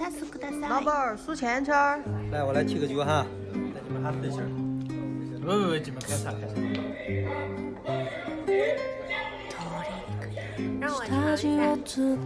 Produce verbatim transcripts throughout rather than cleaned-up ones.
老板儿数钱圈儿。 来，我来提个酒哈，带你们哈死一下。 不不不，你们开啥开啥。 让我尝一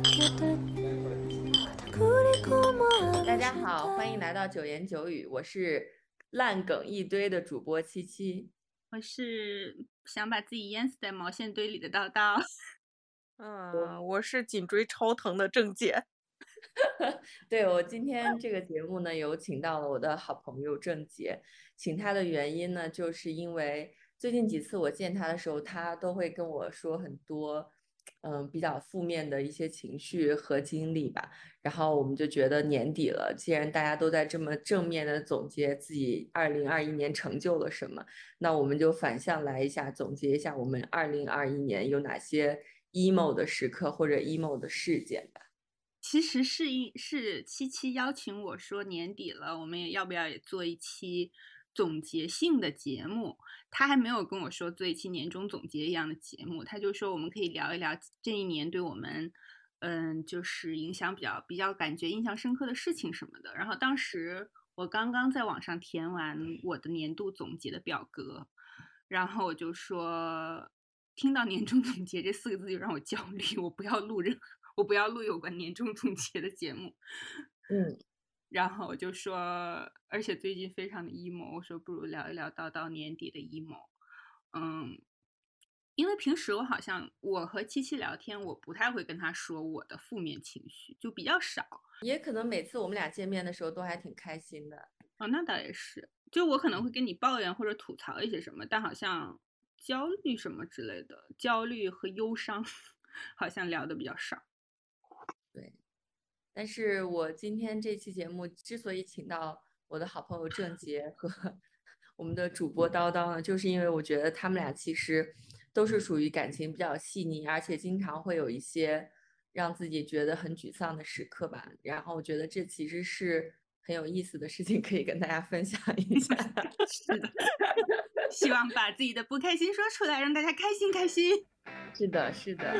下。大家好，欢迎来到九言九语，我是烂梗一堆的主播七七， 我是想把自己淹死在毛线堆里的叨叨。 嗯，我是颈椎超疼的郑姐。 对，我今天这个节目呢，有请到了我的好朋友郑洁，请他的原因呢，就是因为最近几次我见他的时候，他都会跟我说很多，嗯，比较负面的一些情绪和经历吧。然后我们就觉得年底了，既然大家都在这么正面的总结自己二零二一年成就了什么，那我们就反向来一下，总结一下我们二零二一年有哪些 emo 的时刻或者 emo 的事件吧。 其实是一是七七邀请我说年底了，我们也要不要也做一期总结性的节目？他还没有跟我说做一期年终总结一样的节目，他就说我们可以聊一聊这一年对我们，嗯，就是影响比较比较感觉印象深刻的事情什么的。然后当时我刚刚在网上填完我的年度总结的表格，然后我就说，听到年终总结这四个字就让我焦虑，我不要录任何。我不要录有关年终总结的节目， 嗯， 然后我就说，而且最近非常的 emo， 我说不如聊一聊到到年底的 emo， 嗯，因为平时我好像我和七七聊天，我不太会跟他说我的负面情绪，就比较少， 也可能每次我们俩见面的时候都还挺开心的。 哦，那倒也是，就我可能会跟你抱怨或者吐槽一些什么，但好像焦虑什么之类的，焦虑和忧伤好像聊的比较少。 对，但是我今天这期节目之所以请到我的好朋友郑洁和我们的主播叨叨呢，就是因为我觉得他们俩其实都是属于感情比较细腻，而且经常会有一些让自己觉得很沮丧的时刻吧。然后我觉得这其实是很有意思的事情，可以跟大家分享一下。 是的，希望把自己的不开心说出来，让大家开心开心。 是的，是的。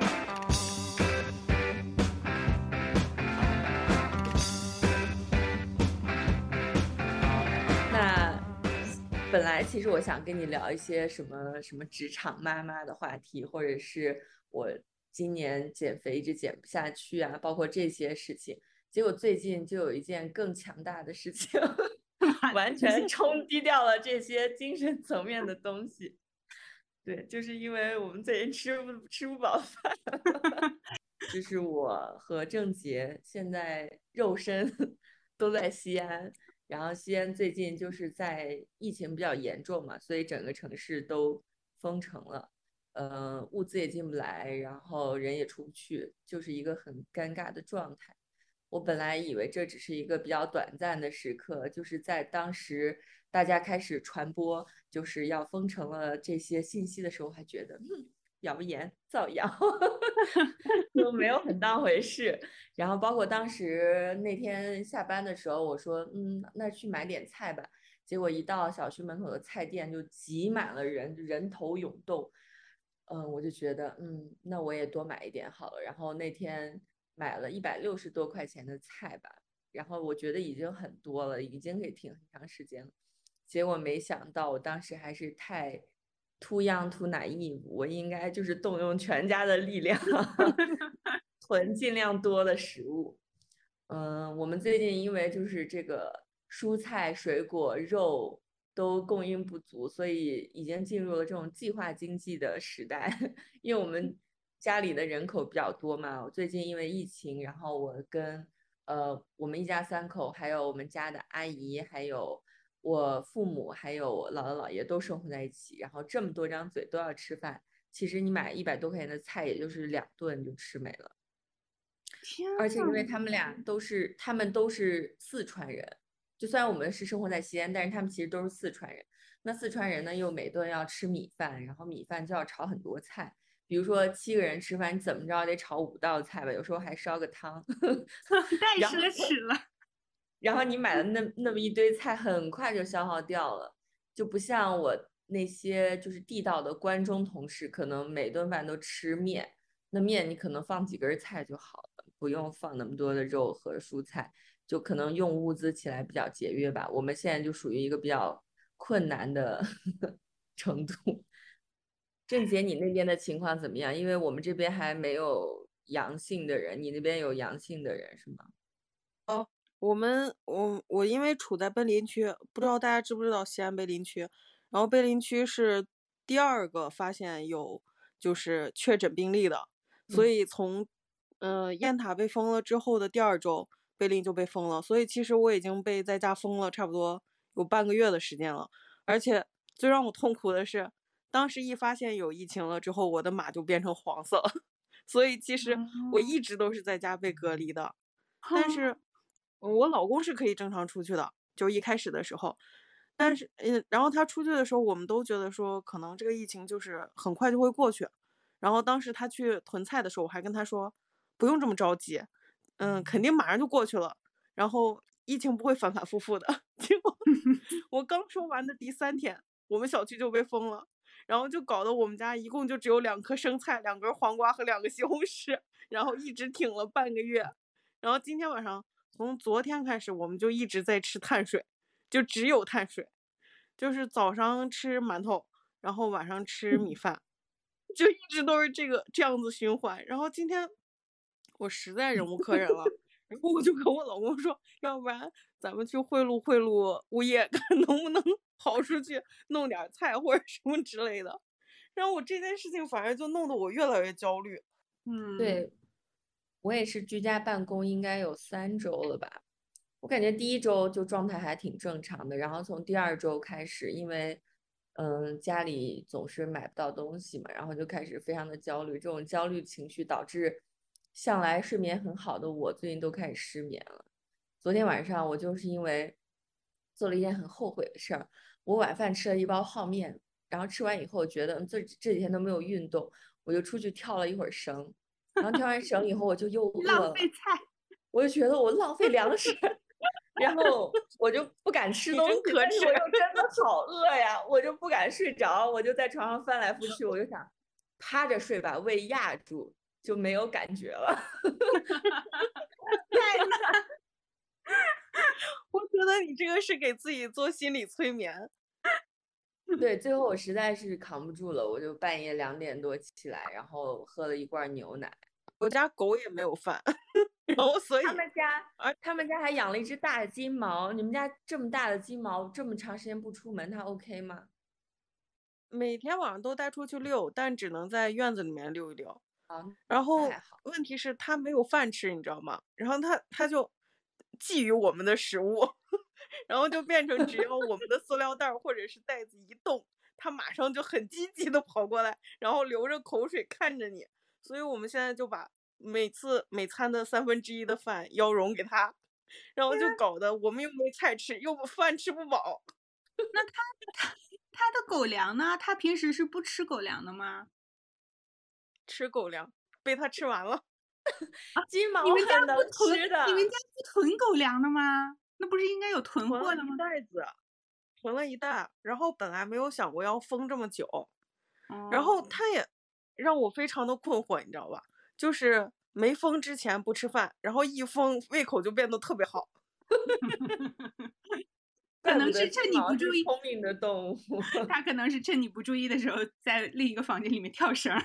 本来其实我想跟你聊一些什么什么职场妈妈的话题，或者是我今年减肥一直减不下去啊，包括这些事情。结果最近就有一件更强大的事情，完全冲击掉了这些精神层面的东西。对，就是因为我们最近吃不吃不饱饭，就是我和郑洁现在肉身都在西安。然后西安最近就是在疫情比较严重嘛，所以整个城市都封城了，呃，物资也进不来，然后人也出不去，就是一个很尴尬的状态。我本来以为这只是一个比较短暂的时刻，就是在当时大家开始传播就是要封城了这些信息的时候，还觉得嗯，谣言造谣就没有很当回事。然后包括当时那天下班的时候，我说嗯，那去买点菜吧。结果一到小区门口的菜店就挤满了人，人头涌动。嗯，我就觉得嗯，那我也多买一点好了。然后那天买了一百六十多块钱的菜吧，然后我觉得已经很多了，已经可以挺很长时间了。结果没想到，我当时还是太 too young too naive，我应该就是动用全家的力量囤尽量多的食物。嗯，我们最近因为就是这个蔬菜、水果、肉都供应不足，所以已经进入了这种计划经济的时代。因为我们家里的人口比较多嘛，我最近因为疫情，然后我跟呃我们一家三口，还有我们家的阿姨，还有我父母，还有我姥姥姥爷都生活在一起，然后这么多张嘴都要吃饭，其实你买一百多块钱的菜，也就是两顿就吃没了。而且因为他们俩都是，他们都是四川人，就虽然我们是生活在西安，但是他们其实都是四川人。那四川人呢，又每顿要吃米饭，然后米饭就要炒很多菜，比如说七个人吃饭，你怎么着得炒五道菜吧，有时候还烧个汤， 太奢侈了。 然后你买了那那么一堆菜，很快就消耗掉了，就不像我那些就是地道的关中同事，可能每顿饭都吃面。 那面你可能放几根菜就好了，不用放那么多的肉和蔬菜，就可能用物资起来比较节约吧。我们现在就属于一个比较困难的程度。郑姐，你那边的情况怎么样？因为我们这边还没有阳性的人，你那边有阳性的人是吗？ 哦，我们我我因为处在碑林区，不知道大家知不知道西安碑林区，然后碑林区是第二个发现有就是确诊病例的，所嗯以从呃雁塔被封了之后的第二周，碑林就被封了，所以其实我已经被在家封了差不多有半个月的时间了，而且最让我痛苦的是，当时一发现有疫情了之后，我的码就变成黄色了，所以其实我一直都是在家被隔离的。但是我老公是可以正常出去的，就一开始的时候，但是嗯，然后他出去的时候，我们都觉得说可能这个疫情就是很快就会过去。然后当时他去囤菜的时候，我还跟他说不用这么着急，嗯，肯定马上就过去了。然后疫情不会反反复复的。结果我刚说完的第三天，我们小区就被封了，然后就搞得我们家一共就只有两颗生菜、两根黄瓜和两个西红柿，然后一直挺了半个月。然后今天晚上从昨天开始，我们就一直在吃碳水，就只有碳水，就是早上吃馒头，然后晚上吃米饭，就一直都是这个这样子循环。然后今天我实在忍无可忍了，然后我就跟我老公说，要不然咱们去贿赂贿赂物业，看能不能跑出去弄点菜或者什么之类的。然后我这件事情反而就弄得我越来越焦虑。 嗯， 对，我也是居家办公，应该有三周了吧。我感觉第一周就状态还挺正常的，然后从第二周开始，因为嗯家里总是买不到东西嘛，然后就开始非常的焦虑，这种焦虑情绪导致向来睡眠很好的我最近都开始失眠了。昨天晚上我就是因为做了一件很后悔的事儿，我晚饭吃了一包泡面，然后吃完以后觉得这这几天都没有运动，我就出去跳了一会儿绳，然后跳完绳以后我就又饿了， 浪费菜。 我就觉得我浪费粮食，然后我就不敢吃你东西， 真可耻但是我又真的好饿呀，我就不敢睡着，我就在床上翻来覆去，我就想趴着睡吧，胃压住就没有感觉了。 我觉得你这个是给自己做心理催眠。 对，最后我实在是扛不住了，我就半夜两点多起来，然后喝了一罐牛奶。 我家狗也没有饭，然后所以他们家而， 他们家还养了一只大的金毛。你们家这么大的金毛，这么长时间不出门，它 OK 吗？ 每天晚上都带出去遛，但只能在院子里面遛一遛。 啊， 然后还好。 问题是它没有饭吃，你知道吗？然后它它就觊觎我们的食物，然后就变成只要我们的塑料袋或者是袋子一动，它马上就很积极的跑过来，然后流着口水看着你。所以我们现在就把每次每餐的三分之一的饭要融给它，然后就搞得我们又没菜吃，又饭吃不饱。 那他他他的狗粮呢？他平时是不吃狗粮的吗？ 吃狗粮被它吃完了。 金毛你们家很能不囤， 吃的。 你们家不囤狗粮的吗？那不是应该有囤囤了一货的吗？ 袋子，囤了一袋，然后本来没有想过要封这么久，然哦， 后它也让我非常的困惑，你知道吧？就是没封之前不吃饭，然后一封胃口就变得特别好。 可能怪不得是趁金毛是你不注意， 聪明的动物。 他可能是趁你不注意的时候，在另一个房间里面跳绳儿。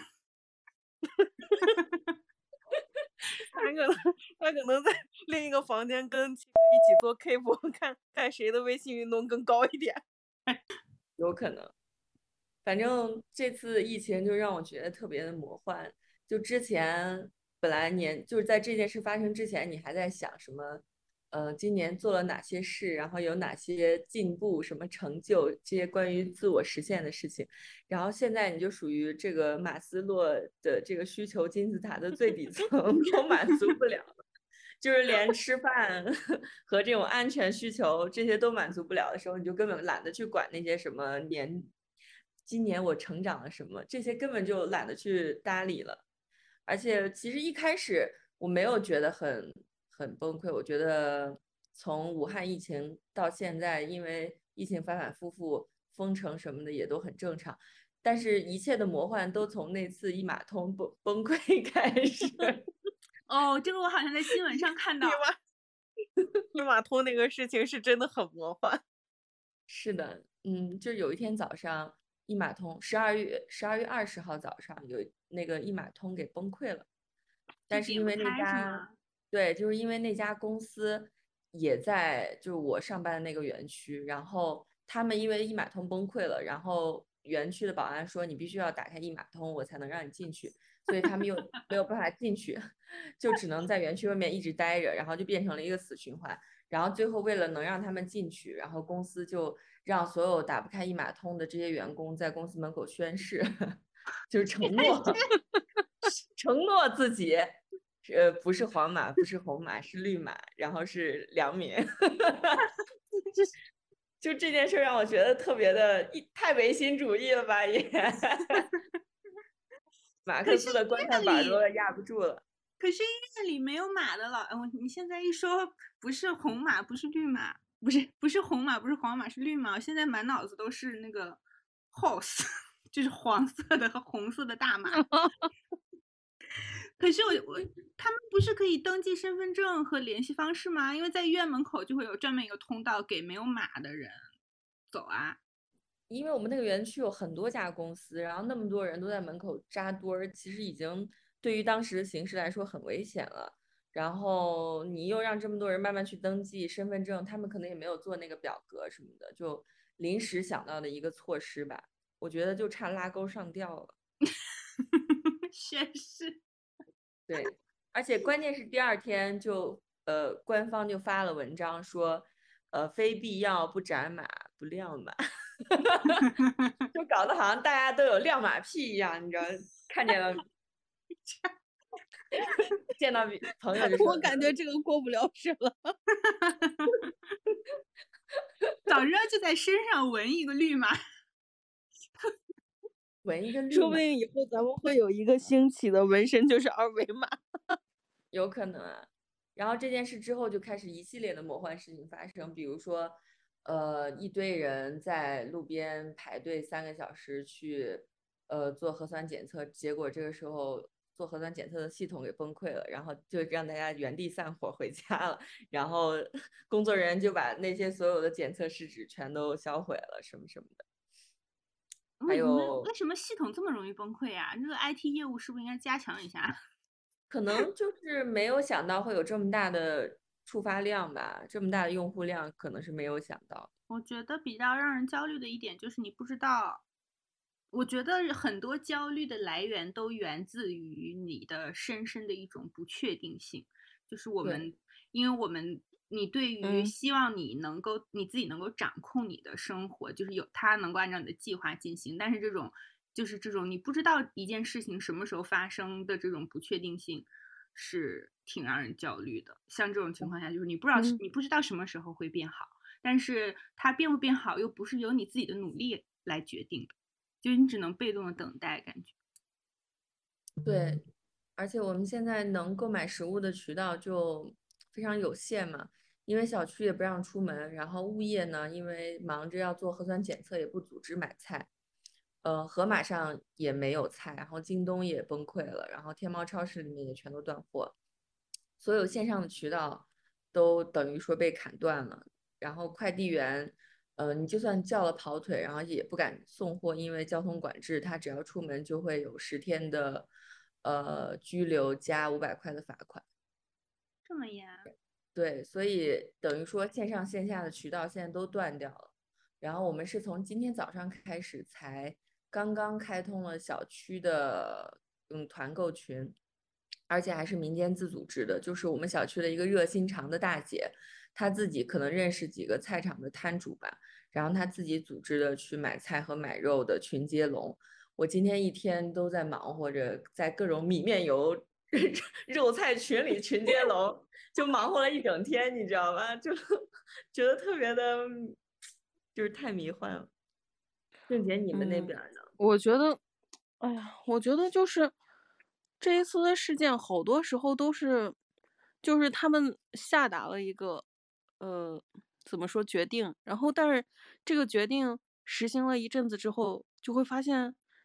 他可能他可能在另一个房间跟七哥一起做 K 波，看看谁的微信运动更高一点。 有可能。反正这次疫情就让我觉得特别的魔幻。就之前本来年就是在这件事发生之前，你还在想什么？呃，今年做了哪些事，然后有哪些进步、什么成就，这些关于自我实现的事情。然后现在你就属于这个马斯洛的这个需求金字塔的最底层都满足不了了，就是连吃饭和这种安全需求这些都满足不了的时候，你就根本懒得去管那些什么年。今年我成长了什么，这些根本就懒得去搭理了。而且其实一开始我没有觉得很很崩溃，我觉得从武汉疫情到现在，因为疫情反反复复，封城什么的也都很正常。 但是一切的魔幻都从那次一码通崩崩溃开始。 哦，这个我好像在新闻上看到。 一码通那个事情是真的很魔幻。 是的，嗯，就有一天早上，一码通十二月十二月二十号早上有那个一码通给崩溃了，但是因为那家，对，就是因为那家公司也在就是我上班的那个园区，然后他们因为一码通崩溃了，然后园区的保安说你必须要打开一码通，我才能让你进去，所以他们又没有办法进去，就只能在园区外面一直待着，然后就变成了一个死循环。然后最后为了能让他们进去，然后公司就让所有打不开一码通的这些员工在公司门口宣誓，就是承诺承诺自己，呃，不是黄码，不是红码，是绿码，然后是良民。就这件事让我觉得特别的太唯心主义了吧也。马克思的棺材板都压不住了。 可是医院里没有码的了，哦，你现在一说不是红码，不是绿码，不是不是红码，不是黄码，是绿码，我现在满脑子都是那个 horse， 就是黄色的和红色的大码。可是我我他们不是可以登记身份证和联系方式吗？因为在医院门口就会有专门一个通道给没有码的人走啊。 因为我们那个园区有很多家公司，然后那么多人都在门口扎堆儿，其实已经对于当时的形势来说很危险了。然后你又让这么多人慢慢去登记身份证，他们可能也没有做那个表格什么的，就临时想到的一个措施吧。我觉得就差拉钩上吊了。 确实。 对，而且关键是第二天就呃官方就发了文章说，呃非必要不展码不亮码。就搞得好像大家都有亮马屁一样，你知道？看见了，见到朋友就说， 我感觉这个过不了审了。 早知道就在身上纹一个绿码。 纹一个绿码， 说不定以后咱们会有一个兴起的纹身，就是二维码。 有可能啊。然后这件事之后就开始一系列的魔幻事情发生，比如说，呃，一堆人在路边排队三个小时去，呃，做核酸检测，结果这个时候做核酸检测的系统给崩溃了，然后就让大家原地散伙回家了，然后工作人员就把那些所有的检测试纸全都销毁了，什么什么的。还有为什么系统这么容易崩溃啊？这个 I T 业务是不是应该加强一下？ 可能就是没有想到会有这么大的触发量吧，这么大的用户量可能是没有想到。 我觉得比较让人焦虑的一点就是你不知道，我觉得很多焦虑的来源都源自于你的深深的一种不确定性，就是我们，因为我们你对于希望你能够、嗯、你自己能够掌控你的生活，就是有它能够按照你的计划进行，但是这种就是这种你不知道一件事情什么时候发生的这种不确定性是挺让人焦虑的。像这种情况下，就是你不知道、嗯、你不知道什么时候会变好，但是它变不变好又不是由你自己的努力来决定的，就是你只能被动的等待，感觉。 对，而且我们现在能购买食物的渠道就非常有限嘛，因为小区也不让出门，然后物业呢，因为忙着要做核酸检测，也不组织买菜。呃，盒马上也没有菜，然后京东也崩溃了，然后天猫超市里面也全都断货，所有线上的渠道都等于说被砍断了。然后快递员，呃，你就算叫了跑腿，然后也不敢送货，因为交通管制，他只要出门就会有十天的呃拘留加五百块的罚款。 这么严？ 对，所以等于说线上线下的渠道现在都断掉了。然后我们是从今天早上开始才刚刚开通了小区的嗯团购群，而且还是民间自组织的，就是我们小区的一个热心肠的大姐，她自己可能认识几个菜场的摊主吧，然后她自己组织的去买菜和买肉的群接龙。我今天一天都在忙活着，在各种米面油肉菜群里群接龙，就忙活了一整天，你知道吗？就觉得特别的，就是太迷幻了。郑姐，你们那边呢？ 嗯、我觉得，哎呀，我觉得就是这一次的事件，好多时候都是，就是他们下达了一个，呃，怎么说决定，然后但是这个决定实行了一阵子之后，就会发现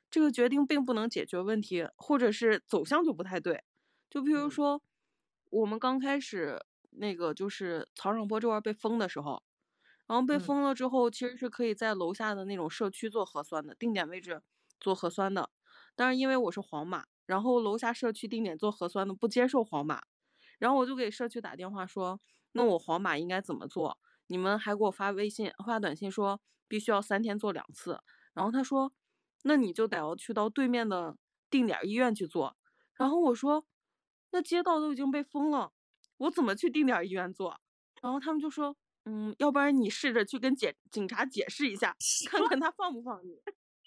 这个决定并不能解决问题，或者是走向就不太对。就比如嗯说，我们刚开始那个就是曹掌坡这块儿被封的时候，然后被嗯封了之后，其实是可以在楼下的那种社区做核酸的，定点位置做核酸的。但是因为我是黄码，然后楼下社区定点做核酸的不接受黄码，然后我就给社区打电话说，那我黄码应该怎么做？你们还给我发微信发短信说必须要三天做两次，然后他说，那你就得要去到对面的定点医院去做。然后我说，那街道都已经被封了，我怎么去定点医院做？然后他们就说，嗯，要不然你试着去跟检警察解释一下，看看他放不放你。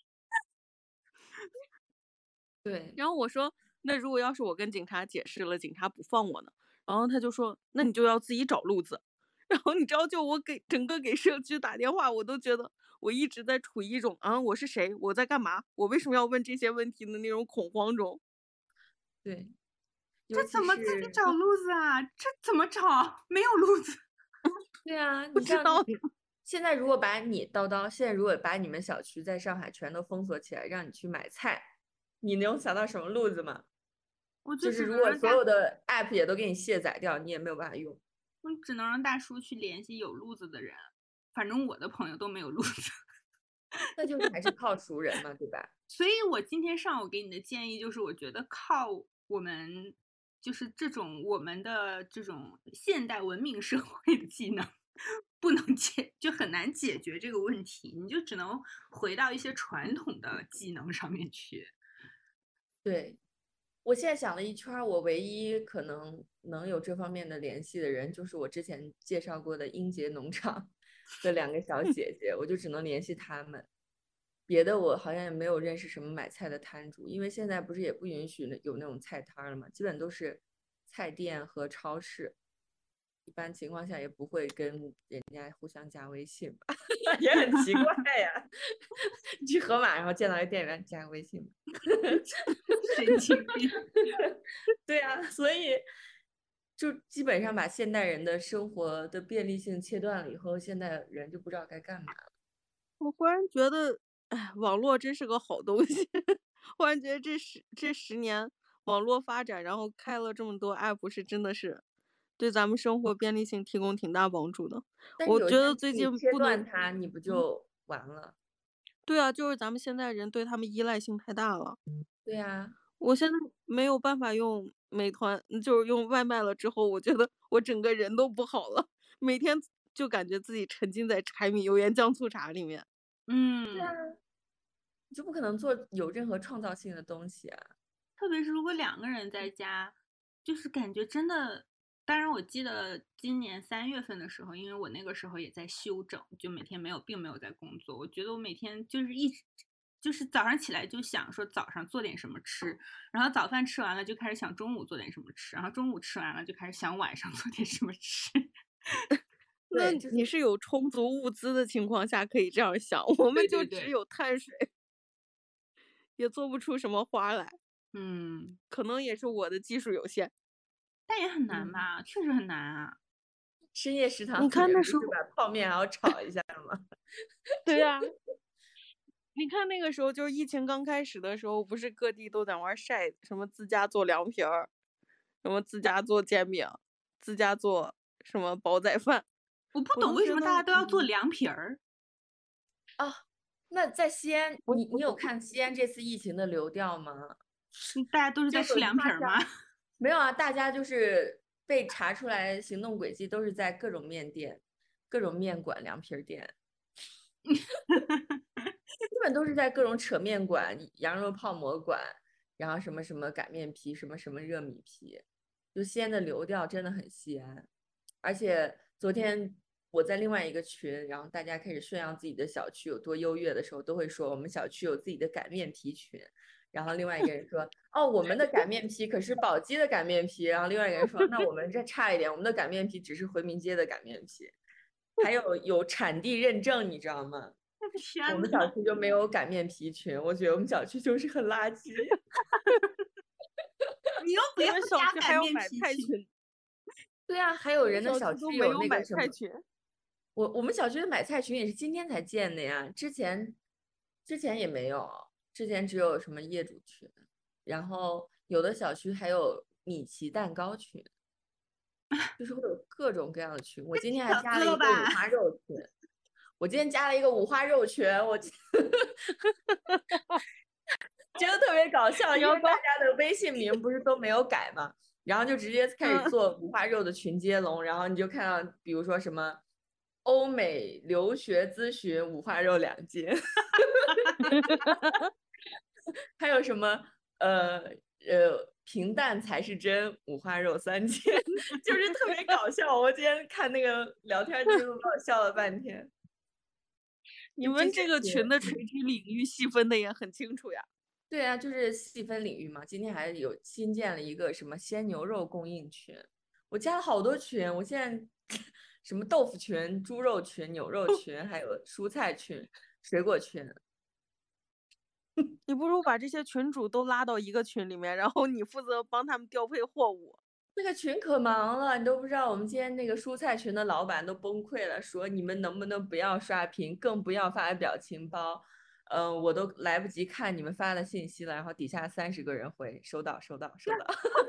对， 然后我说，那如果要是我跟警察解释了，警察不放我呢？然后他就说，那你就要自己找路子。然后你知道，就我给整个给社区打电话，我都觉得我一直在处于一种啊，我是谁，我在干嘛，我为什么要问这些问题的那种恐慌中。 对， 这尤其怎么自己是找路子啊？这怎么找？没有路子。 对啊， 不你像知道现在如果把你叨叨，现在如果把你们小区在上海全都封锁起来，让你去买菜，你能想到什么路子吗？ 我就就是只如果所能让大， 有的 app 也都给你卸载掉，你也没有办法用。 我只能让大叔去联系有路子的人。反正我的朋友都没有路子。 那就是还是靠熟人嘛，对吧？ 所以我今天上午给你的建议就是，我觉得靠我们就是这种我们的这种现代文明社会的技能，不能解，就很难解决这个问题，你就只能回到一些传统的技能上面去。 对，我现在想了一圈儿，我唯一可能能有这方面的联系的人，就是我之前介绍过的英杰农场的两个小姐姐，我就只能联系他们。别的我好像也没有认识什么买菜的摊主，因为现在不是也不允许那有那种菜摊儿了嘛，基本都是菜店和超市。一般情况下也不会跟人家互相加微信吧，也很奇怪呀。你去盒马，然后见到一店员加个微信吧。 神经病。 对啊，所以就基本上把现代人的生活的便利性切断了以后，现代人就不知道该干嘛了。 我忽然觉得，哎，网络真是个好东西。忽然觉得这十这十年网络发展，然后开了这么多 app，是真的是对咱们生活便利性提供挺大帮助的。 但是我觉有一天得最近你切不能， 断它，你不就完了？ 对啊，就是咱们现在人对他们依赖性太大了。 对呀， 我现在没有办法用美团，就是用外卖了之后，我觉得我整个人都不好了，每天就感觉自己沉浸在柴米油盐酱醋茶里面。 嗯， 对啊，你就不可能做有任何创造性的东西啊。 特别是如果两个人在家，就是感觉真的。当然，我记得今年三月份的时候，因为我那个时候也在休整，就每天没有，并没有在工作。我觉得我每天就是一直，就是早上起来就想说早上做点什么吃，然后早饭吃完了就开始想中午做点什么吃，然后中午吃完了就开始想晚上做点什么吃。 那对，就是你是有充足物资的情况下可以这样想，我们对对对， 就只有碳水，也做不出什么花来。 嗯， 可能也是我的技术有限。 但也很难嗯， 吧，确实很难啊。 深夜食堂你里面不是看那时候， 把泡面还要炒一下吗？ 对呀、你看那个时候就是疫情刚开始的时候，不是各地都在玩晒什么自家做凉皮儿，什么自家做煎饼，自家做什么煲仔饭。 我不我懂为什么大都觉得， 家都要做嗯， 凉皮儿。 啊，那在西安， 我你你有看西安这次疫情的流调吗？ 嗯大家都是在吃就很凉皮儿吗？ 夸张。没有啊，大家就是被查出来行动轨迹都是在各种面店、各种面馆、凉皮儿店，基本都是在各种扯面馆、羊肉泡馍馆，然后什么什么擀面皮、什么什么热米皮，就西安的流调真的很西安。而且昨天我在另外一个群，然后大家开始炫耀自己的小区有多优越的时候，都会说我们小区有自己的擀面皮群。然后另外一个人说，哦，我们的擀面皮可是宝鸡的擀面皮。然后另外一个人说，那我们这差一点，我们的擀面皮只是回民街的擀面皮，还有有产地认证，你知道吗？我天们小呐， 区就没有擀面皮群，我觉得我们小区就是很垃圾。 你又不要你们小加擀区还有买面皮群。 菜群， 对啊，还有人的小小区区都没有那个什么， 买菜群。 我我们小区的买菜群也是今天才建的呀，之前之前也没有。 之前只有什么业主群，然后有的小区还有米奇蛋糕群，就是会有各种各样的群。我今天还加了一个五花肉群，我今天加了一个五花肉群，我觉得特别搞笑，因为大家的微信名不是都没有改嘛，然后就直接开始做五花肉的群接龙，然后你就看到，比如说什么欧美留学咨询五花肉两斤，还有什么呃呃平淡才是真五花肉三斤，就是特别搞笑。我今天看那个聊天记录，把我笑了半天。 你们这个群的垂直领域细分的也很清楚呀。 对啊，就是细分领域嘛。今天还有新建了一个什么鲜牛肉供应群，我加了好多群。我现在什么豆腐群、猪肉群、牛肉群，还有蔬菜群、水果群。 你不如把这些群主都拉到一个群里面，然后你负责帮他们调配货物。 那个群可忙了，你都不知道。我们今天那个蔬菜群的老板都崩溃了，说你们能不能不要刷屏，更不要发表情包。嗯、呃，我都来不及看你们发的信息了，然后底下三十个人回收到，收到，收到。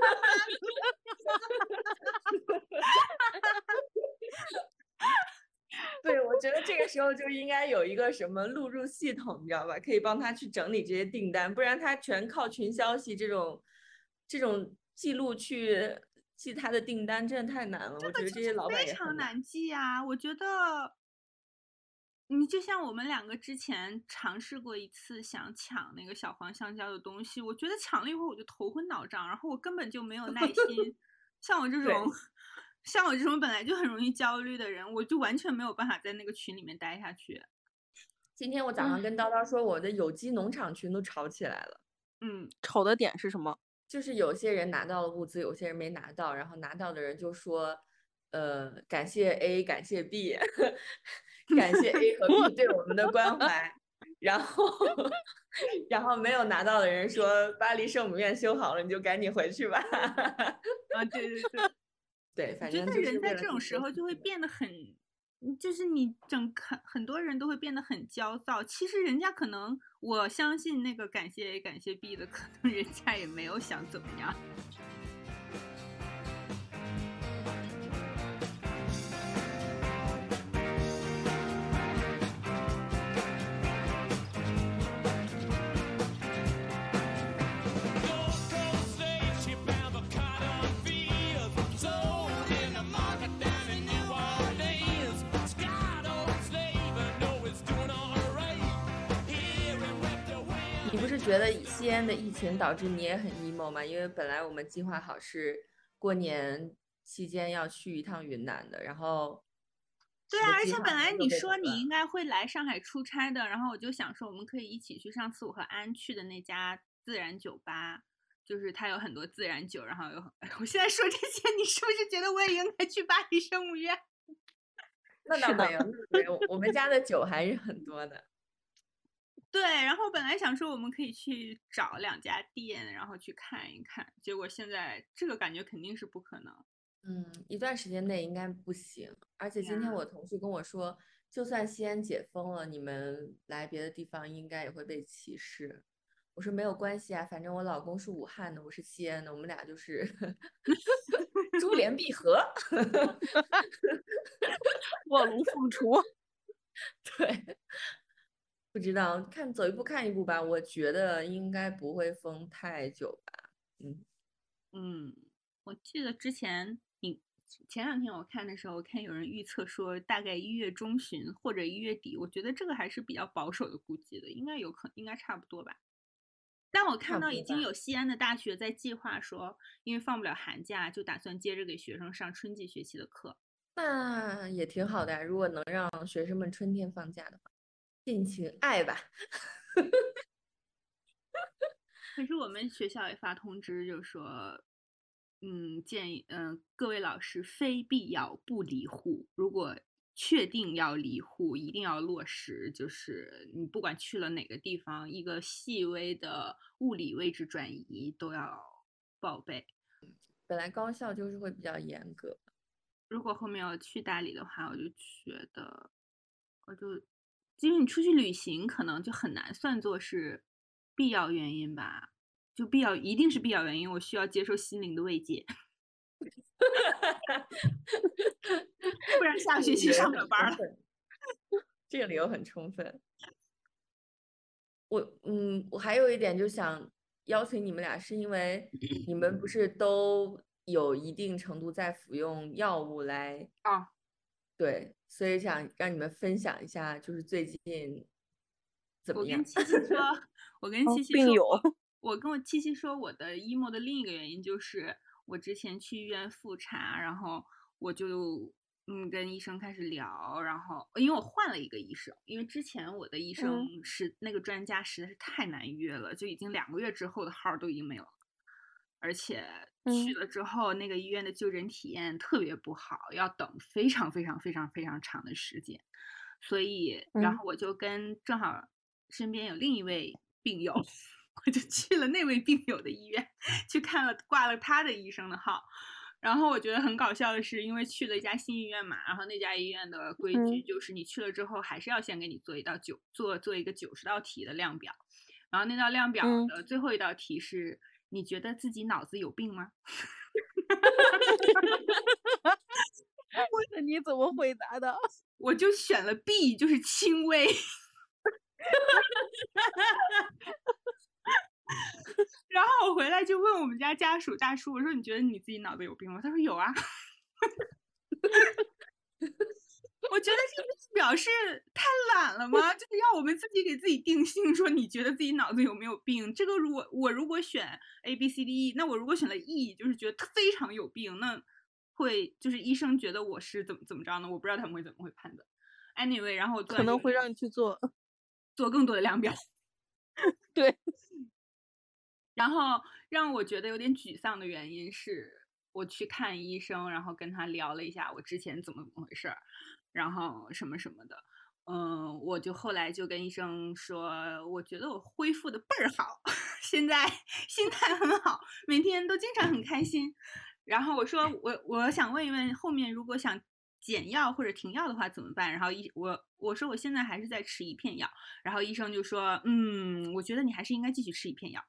对，我觉得这个时候就应该有一个什么录入系统，你知道吧？可以帮他去整理这些订单，不然他全靠群消息这种这种记录去记他的订单，真的太难了。我觉得这些老板也非常难记啊。我觉得你就像我们两个之前尝试过一次想抢那个小黄香蕉的东西，我觉得抢了一会儿我就头昏脑胀，然后我根本就没有耐心。像我这种像我这种本来就很容易焦虑的人，我就完全没有办法在那个群里面待下去。 今天我早上跟叨叨说，我的有机农场群都吵起来了。 嗯，吵的点是什么？ 就是有些人拿到了物资，有些人没拿到，然后拿到的人就说，呃，感谢 A， 感谢 B， 感谢 A 和 B 对我们的关怀。然后，然后没有拿到的人说，巴黎圣母院修好了，你就赶紧回去吧。 啊，对对对， 对，反正就是人在这种时候就会变得很，就是你整很很多人都会变得很焦躁。其实人家可能，我相信那个感谢 A 感谢 B 的，可能人家也没有想怎么样。 你不是觉得西安的疫情导致你也很 emo 吗？因为本来我们计划好是过年期间要去一趟云南的，然后对啊，而且本来你说你应该会来上海出差的，然后我就想说我们可以一起去上次我和安去的那家自然酒吧，就是它有很多自然酒，然后有我现在说这些，你是不是觉得我也应该去巴黎圣母院？ 那倒没有，没有，我们家的酒还是很多的。 对，然后本来想说我们可以去找两家店，然后去看一看，结果现在这个感觉肯定是不可能。 嗯，一段时间内应该不行。而且今天我同事跟我说，就算西安解封了，你们来别的地方应该也会被歧视。我说没有关系啊，反正我老公是武汉的，我是西安的，我们俩就是珠联璧合， 卧龙凤雏。 对。不知道，看走一步看一步吧。我觉得应该不会封太久吧。嗯嗯，我记得之前你前两天我看的时候，我看有人预测说大概一月中旬或者一月底，我觉得这个还是比较保守的估计的，应该有可应该差不多吧。但我看到已经有西安的大学在计划说，因为放不了寒假，就打算接着给学生上春季学期的课。 那也挺好的，如果能让学生们春天放假的话。尽情爱吧。 可是我们学校也发通知，就说，嗯，建议，嗯、呃，各位老师非必要不离沪。如果确定要离沪，一定要落实，就是你不管去了哪个地方，一个细微的物理位置转移都要报备。 本来高校就是会比较严格。 如果后面要去大理的话，我就觉得，我就。因为你出去旅行可能就很难算作是必要原因吧，就必要一定是必要原因，我需要接受心灵的慰藉，不然下个学期上不了班了。 这个理由很充分。我嗯，我还有一点就想邀请你们俩，是因为你们不是都有一定程度在服用药物来啊？ 对，所以想让你们分享一下，就是最近怎么样？ 我跟七七说，我跟七七说， 病友， 我跟我七七说，我的 emo 的另一个原因就是我之前去医院复查，然后我就嗯跟医生开始聊，然后因为我换了一个医生，因为之前我的医生是、嗯、那个专家实在是太难约了，就已经两个月之后的号都已经没了。而且去了之后，嗯、那个医院的就诊体验特别不好，要等非常非常非常非常长的时间，所以，然后我就跟正好身边有另一位病友，我就去了那位病友的医院，去看了挂了他的医生的号。然后我觉得很搞笑的是，因为去了一家新医院嘛，然后那家医院的规矩就是你去了之后，还是要先给你做一道九做做一个九十道题的量表，然后那道量表的最后一道题是。嗯你觉得自己脑子有病吗？ 那你怎么回答的？ 我就选了 B， 就是轻微。然后我回来就问我们家家属大叔，我说你觉得你自己脑子有病吗？他说有啊。我觉得这个表示太懒了吗？就是要我们自己给自己定性，说你觉得自己脑子有没有病？这个如果我如果选 A B C D E， 那我如果选了 E， 就是觉得非常有病，那会就是医生觉得我是怎么怎么着呢？我不知道他们会怎么会判断。Anyway， 然后我做可能会让你去做做更多的量表。 对。 然后让我觉得有点沮丧的原因是，我去看医生，然后跟他聊了一下我之前怎么怎么回事儿。然后什么什么的，嗯，我就后来就跟医生说，我觉得我恢复的倍儿好，现在心态很好，每天都经常很开心。然后我说，我我想问一问，后面如果想减药或者停药的话怎么办？然后医我我说我现在还是在吃一片药，然后医生就说，嗯，我觉得你还是应该继续吃一片药。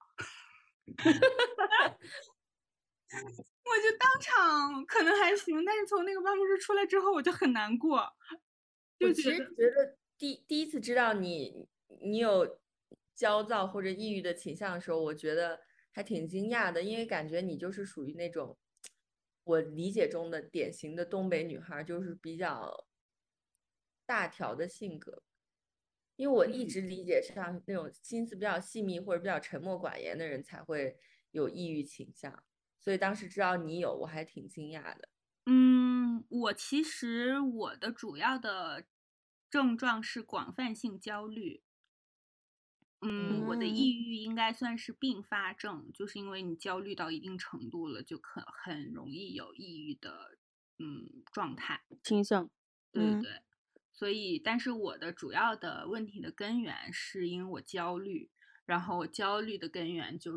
我就当场可能还行，但是从那个办公室出来之后，我就很难过。 我其实觉得第第一次知道你你有焦躁或者抑郁的倾向的时候，我觉得还挺惊讶的，因为感觉你就是属于那种我理解中的典型的东北女孩，就是比较大条的性格。因为我一直理解上那种心思比较细密或者比较沉默寡言的人才会有抑郁倾向，所以当时知道你有，我还挺惊讶的。 嗯，我其实我的主要的症状是广泛性焦虑。嗯，我的抑郁应该算是并发症，就是因为你焦虑到一定程度了，就可很容易有抑郁的嗯状态倾向。 对对对。嗯，所以，但是我的主要的问题的根源是因为我焦虑，然后我焦虑的根源就是，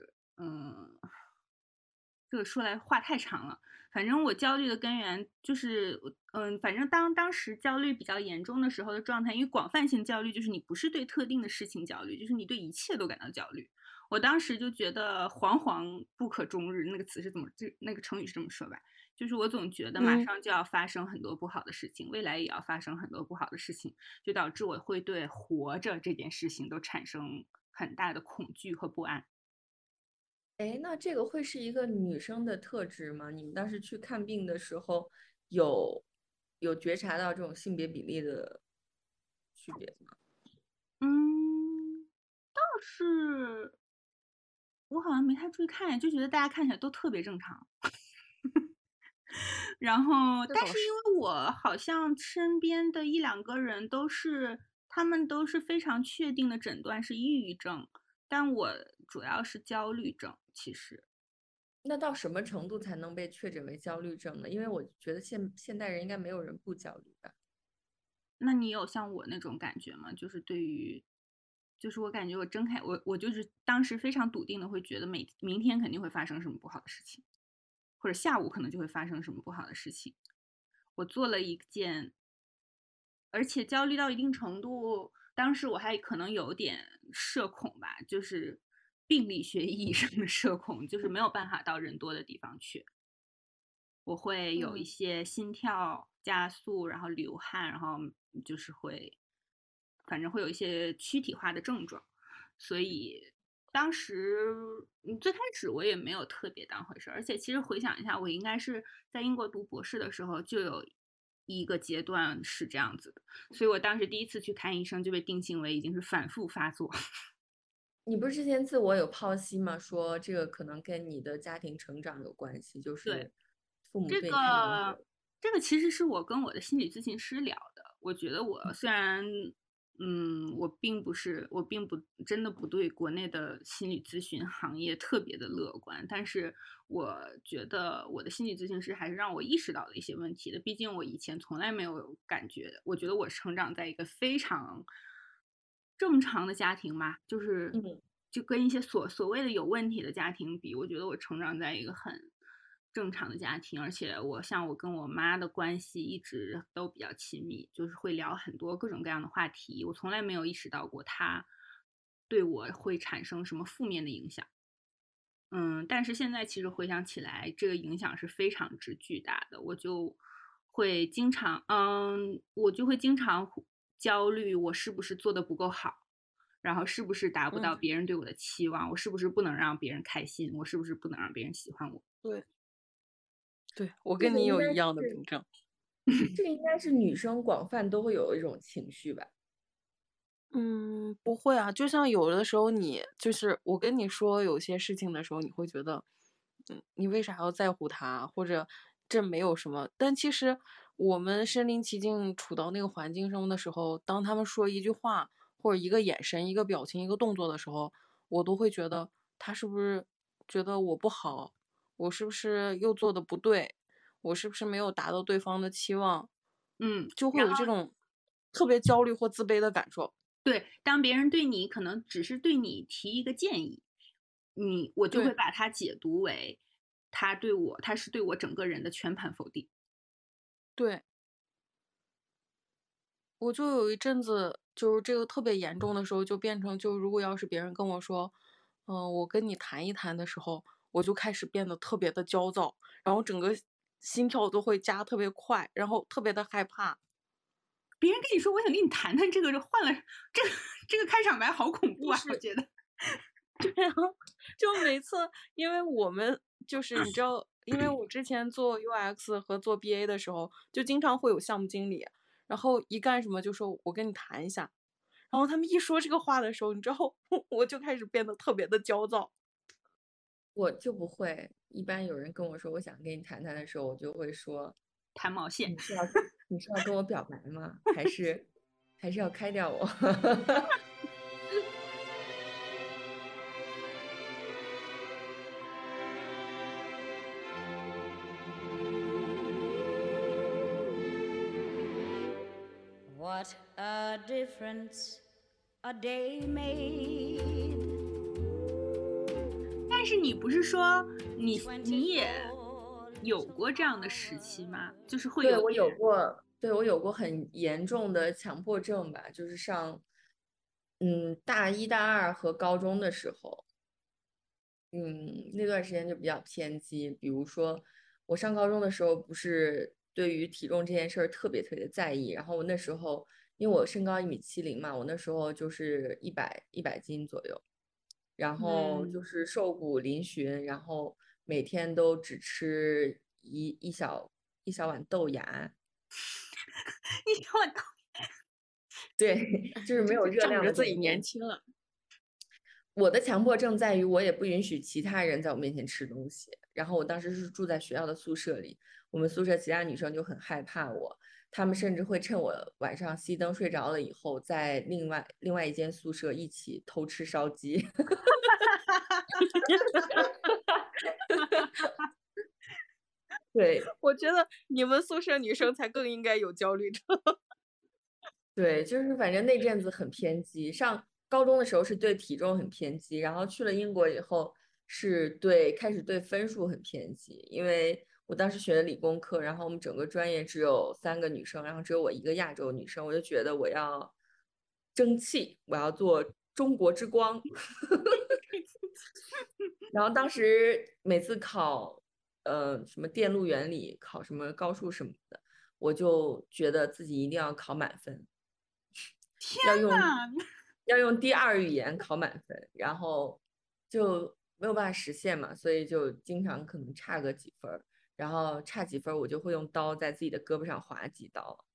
嗯，这个说来话太长了。反正我焦虑的根源就是，嗯，反正当当时焦虑比较严重的时候的状态，因为广泛性焦虑就是你不是对特定的事情焦虑，就是你对一切都感到焦虑。我当时就觉得惶惶不可终日，那个词是怎么，这那个成语是这么说吧？就是我总觉得马上就要发生很多不好的事情，嗯、未来也要发生很多不好的事情，就导致我会对活着这件事情都产生很大的恐惧和不安。 哎，那这个会是一个女生的特质吗？你们当时去看病的时候有有觉察到这种性别比例的区别吗？ 嗯，倒是我好像没太注意看，就觉得大家看起来都特别正常。然后，但是因为我好像身边的一两个人都是，他们都是非常确定的诊断是抑郁症，但我主要是焦虑症。其实， 那到什么程度才能被确诊为焦虑症呢？因为我觉得现现代人应该没有人不焦虑吧？ 那你有像我那种感觉吗？就是对于，就是我感觉我睁开我我就是当时非常笃定的会觉得每明天肯定会发生什么不好的事情。或者下午可能就会发生什么不好的事情。我做了一件，而且焦虑到一定程度， 当时我还可能有点社恐吧，就是病理学意义上的社恐，就是没有办法到人多的地方去。我会有一嗯些心跳加速，然后流汗，然后就是会，反正会有一些躯体化的症状，所以当时嗯最开始我也没有特别当回事，而且其实回想一下，我应该是在英国读博士的时候就有一个阶段是这样子的，所以我当时第一次去看医生就被定性为已经是反复发作。 你不是之前自我有剖析吗？说这个可能跟你的家庭成长有关系，就对， 是父母这对你太严个格。 这个其实是我跟我的心理咨询师聊的。我觉得我虽然，嗯，我并不是，我并不真的不对国内的心理咨询行业特别的乐观，但是我觉得我的心理咨询师还是让我意识到了一些问题的。毕竟我以前从来没有感觉，我觉得我成长在一个非常正常的家庭嘛，就是嗯， 就跟一些所所谓的有问题的家庭比，我觉得我成长在一个很正常的家庭，而且我像我跟我妈的关系一直都比较亲密，就是会聊很多各种各样的话题，我从来没有意识到过她对我会产生什么负面的影响。嗯，但是现在其实回想起来，这个影响是非常之巨大的。我就会经常，嗯，我就会经常焦虑，我是不是做的不够好，然后是不是达不到嗯， 别人对我的期望，我是不是不能让别人开心，我是不是不能让别人喜欢我。 对对，我跟这个应该你有一样的是病症。 这个应该是女生广泛都会有一种情绪吧？ 嗯，不会啊，就像有的时候你就是我跟你说有些事情的时候，你会觉得，嗯，你为啥要在乎他，或者这没有什么。但其实我们身临其境处到那个环境中的时候，当他们说一句话或者一个眼神、一个表情、一个动作的时候，我都会觉得他是不是觉得我不好，我是不是又做的不对，我是不是没有达到对方的期望， 嗯， 就会然后有这种特别焦虑或自卑的感受。 对，当别人对你可能只是对你提一个建议，你我就会对。 把它解读为他对我，他是对我整个人的全盘否定。 对，我就有一阵子，就是这个特别严重的时候，就变成就如果要是别人跟我说，嗯、我跟你谈一谈的时候，我就开始变得特别的焦躁，然后整个心跳都会加特别快，然后特别的害怕。 别人跟你说我想跟你谈谈这个，换了这个这个开场白好恐怖啊！我就是觉得。 然后就每次，因为我们就是你知道，因为我之前做 U X 和做 B A 的时候，就经常会有项目经理，然后一干什么就说我跟你谈一下，然后他们一说这个话的时候，你知道，我就开始变得特别的焦躁。 我就不会，一般有人跟我说我想跟你谈谈的时候，我就会说弹毛线。 你是要你是要跟我表白吗？还是还是要开掉我？ What a difference a day made. 但是你不是说你你也有过这样的时期吗？就是会有对，我有点过，对，我有过很严重的强迫症吧，就是上嗯大一大二和高中的时候，嗯，那段时间就比较偏激。比如说，我上高中的时候，不是对于体重这件事儿特别特别在意。然后我那时候，因为我身高一米七零嘛，我那时候就是一百一百斤左右，然后就嗯， 是瘦骨嶙峋，然后每天都只吃一一小一小碗豆芽， 你看我对，就是没这就有热量仗着自己的东西。 年轻了。 我的强迫症在于，我也不允许其他人在我面前吃东西。然后我当时是住在学校的宿舍里，我们宿舍其他女生就很害怕我，她们甚至会趁我晚上熄灯睡着了以后，在另外另外一间宿舍一起偷吃烧鸡。对我觉得你们宿舍女生才更应该有焦虑症。 对，就是反正那阵子很偏激。上高中的时候是对体重很偏激，然后去了英国以后是对开始对分数很偏激，因为我当时学的理工科，然后我们整个专业只有三个女生，然后只有我一个亚洲女生，我就觉得我要争气，我要做中国之光。然后当时每次考，呃，什么电路原理，考什么高数什么的，我就觉得自己一定要考满分，要用要用第二语言考满分，然后就没有办法实现嘛，所以就经常可能差个几分，然后差几分我就会用刀在自己的胳膊上划几刀，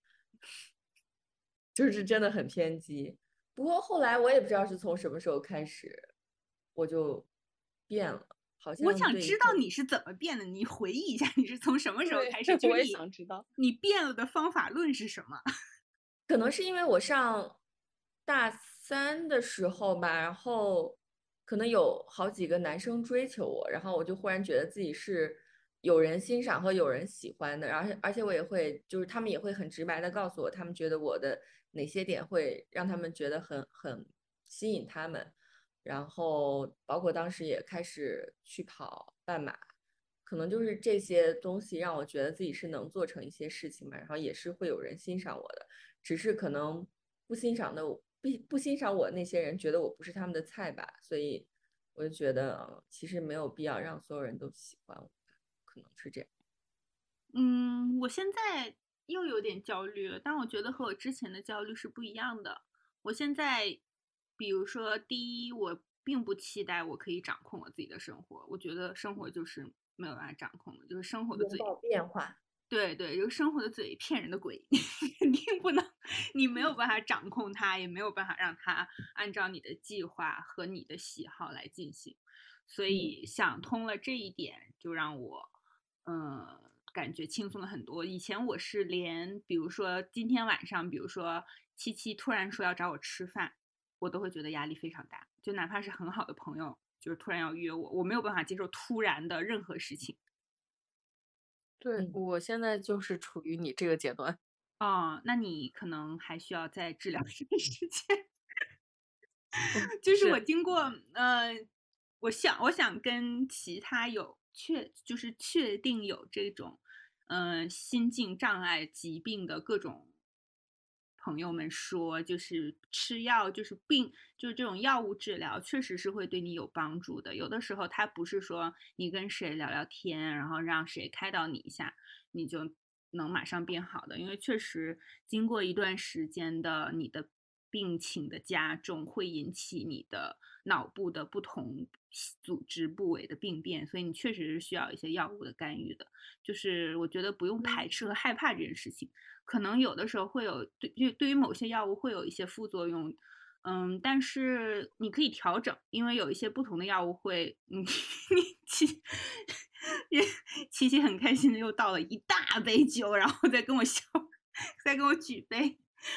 就是真的很偏激。不过后来我也不知道是从什么时候开始，我就变了。好像我想对知道你是怎么变的，你回忆一下，你是从什么时候开始？ 我也你想知道， 你变了的方法论是什么？ 可能是因为我上大三的时候吧，然后可能有好几个男生追求我，然后我就忽然觉得自己是有人欣赏和有人喜欢的，而且而且我也会，就是他们也会很直白的告诉我，他们觉得我的哪些点会让他们觉得很很吸引他们，然后包括当时也开始去跑半马。可能就是这些东西让我觉得自己是能做成一些事情嘛，然后也是会有人欣赏我的。只是可能不欣赏的我不不欣赏我那些人觉得我不是他们的菜吧，所以我就觉得、呃、其实没有必要让所有人都喜欢我，可能是这样。 嗯，我现在又有点焦虑了，但我觉得和我之前的焦虑是不一样的。我现在，比如说，第一，我并不期待我可以掌控我自己的生活，我觉得生活就是没有办法掌控的，就是生活的嘴。 拥抱变化。 对对，就是生活的嘴骗人的鬼，你肯定不能，你没有办法掌控它，也没有办法让它按照你的计划和你的喜好来进行。所以想通了这一点，就让我，嗯，感觉轻松了很多。以前我是连，比如说今天晚上，比如说七七突然说要找我吃饭，我都会觉得压力非常大。就哪怕是很好的朋友，就是突然要约我，我没有办法接受突然的任何事情。 对， 嗯我现在就是处于你这个阶段。 哦，那你可能还需要再治疗一段时间。 嗯， 就是我经过，呃，我想我想跟其他有确就是确定有这种，呃，心境障碍疾病的各种朋友们说，就是吃药，就是病，就是这种药物治疗，确实是会对你有帮助的。有的时候，它不是说你跟谁聊聊天，然后让谁开导你一下，你就能马上变好的。因为确实经过一段时间的你的病情的加重，会引起你的脑部的不同组织部位的病变，所以你确实是需要一些药物的干预的。就是我觉得不用排斥和害怕这件事情。可能有的时候会有对对对于某些药物会有一些副作用，嗯，但是你可以调整，因为有一些不同的药物会，嗯，琪琪琪很开心的又倒了一大杯酒，然后再跟我笑，再跟我举杯，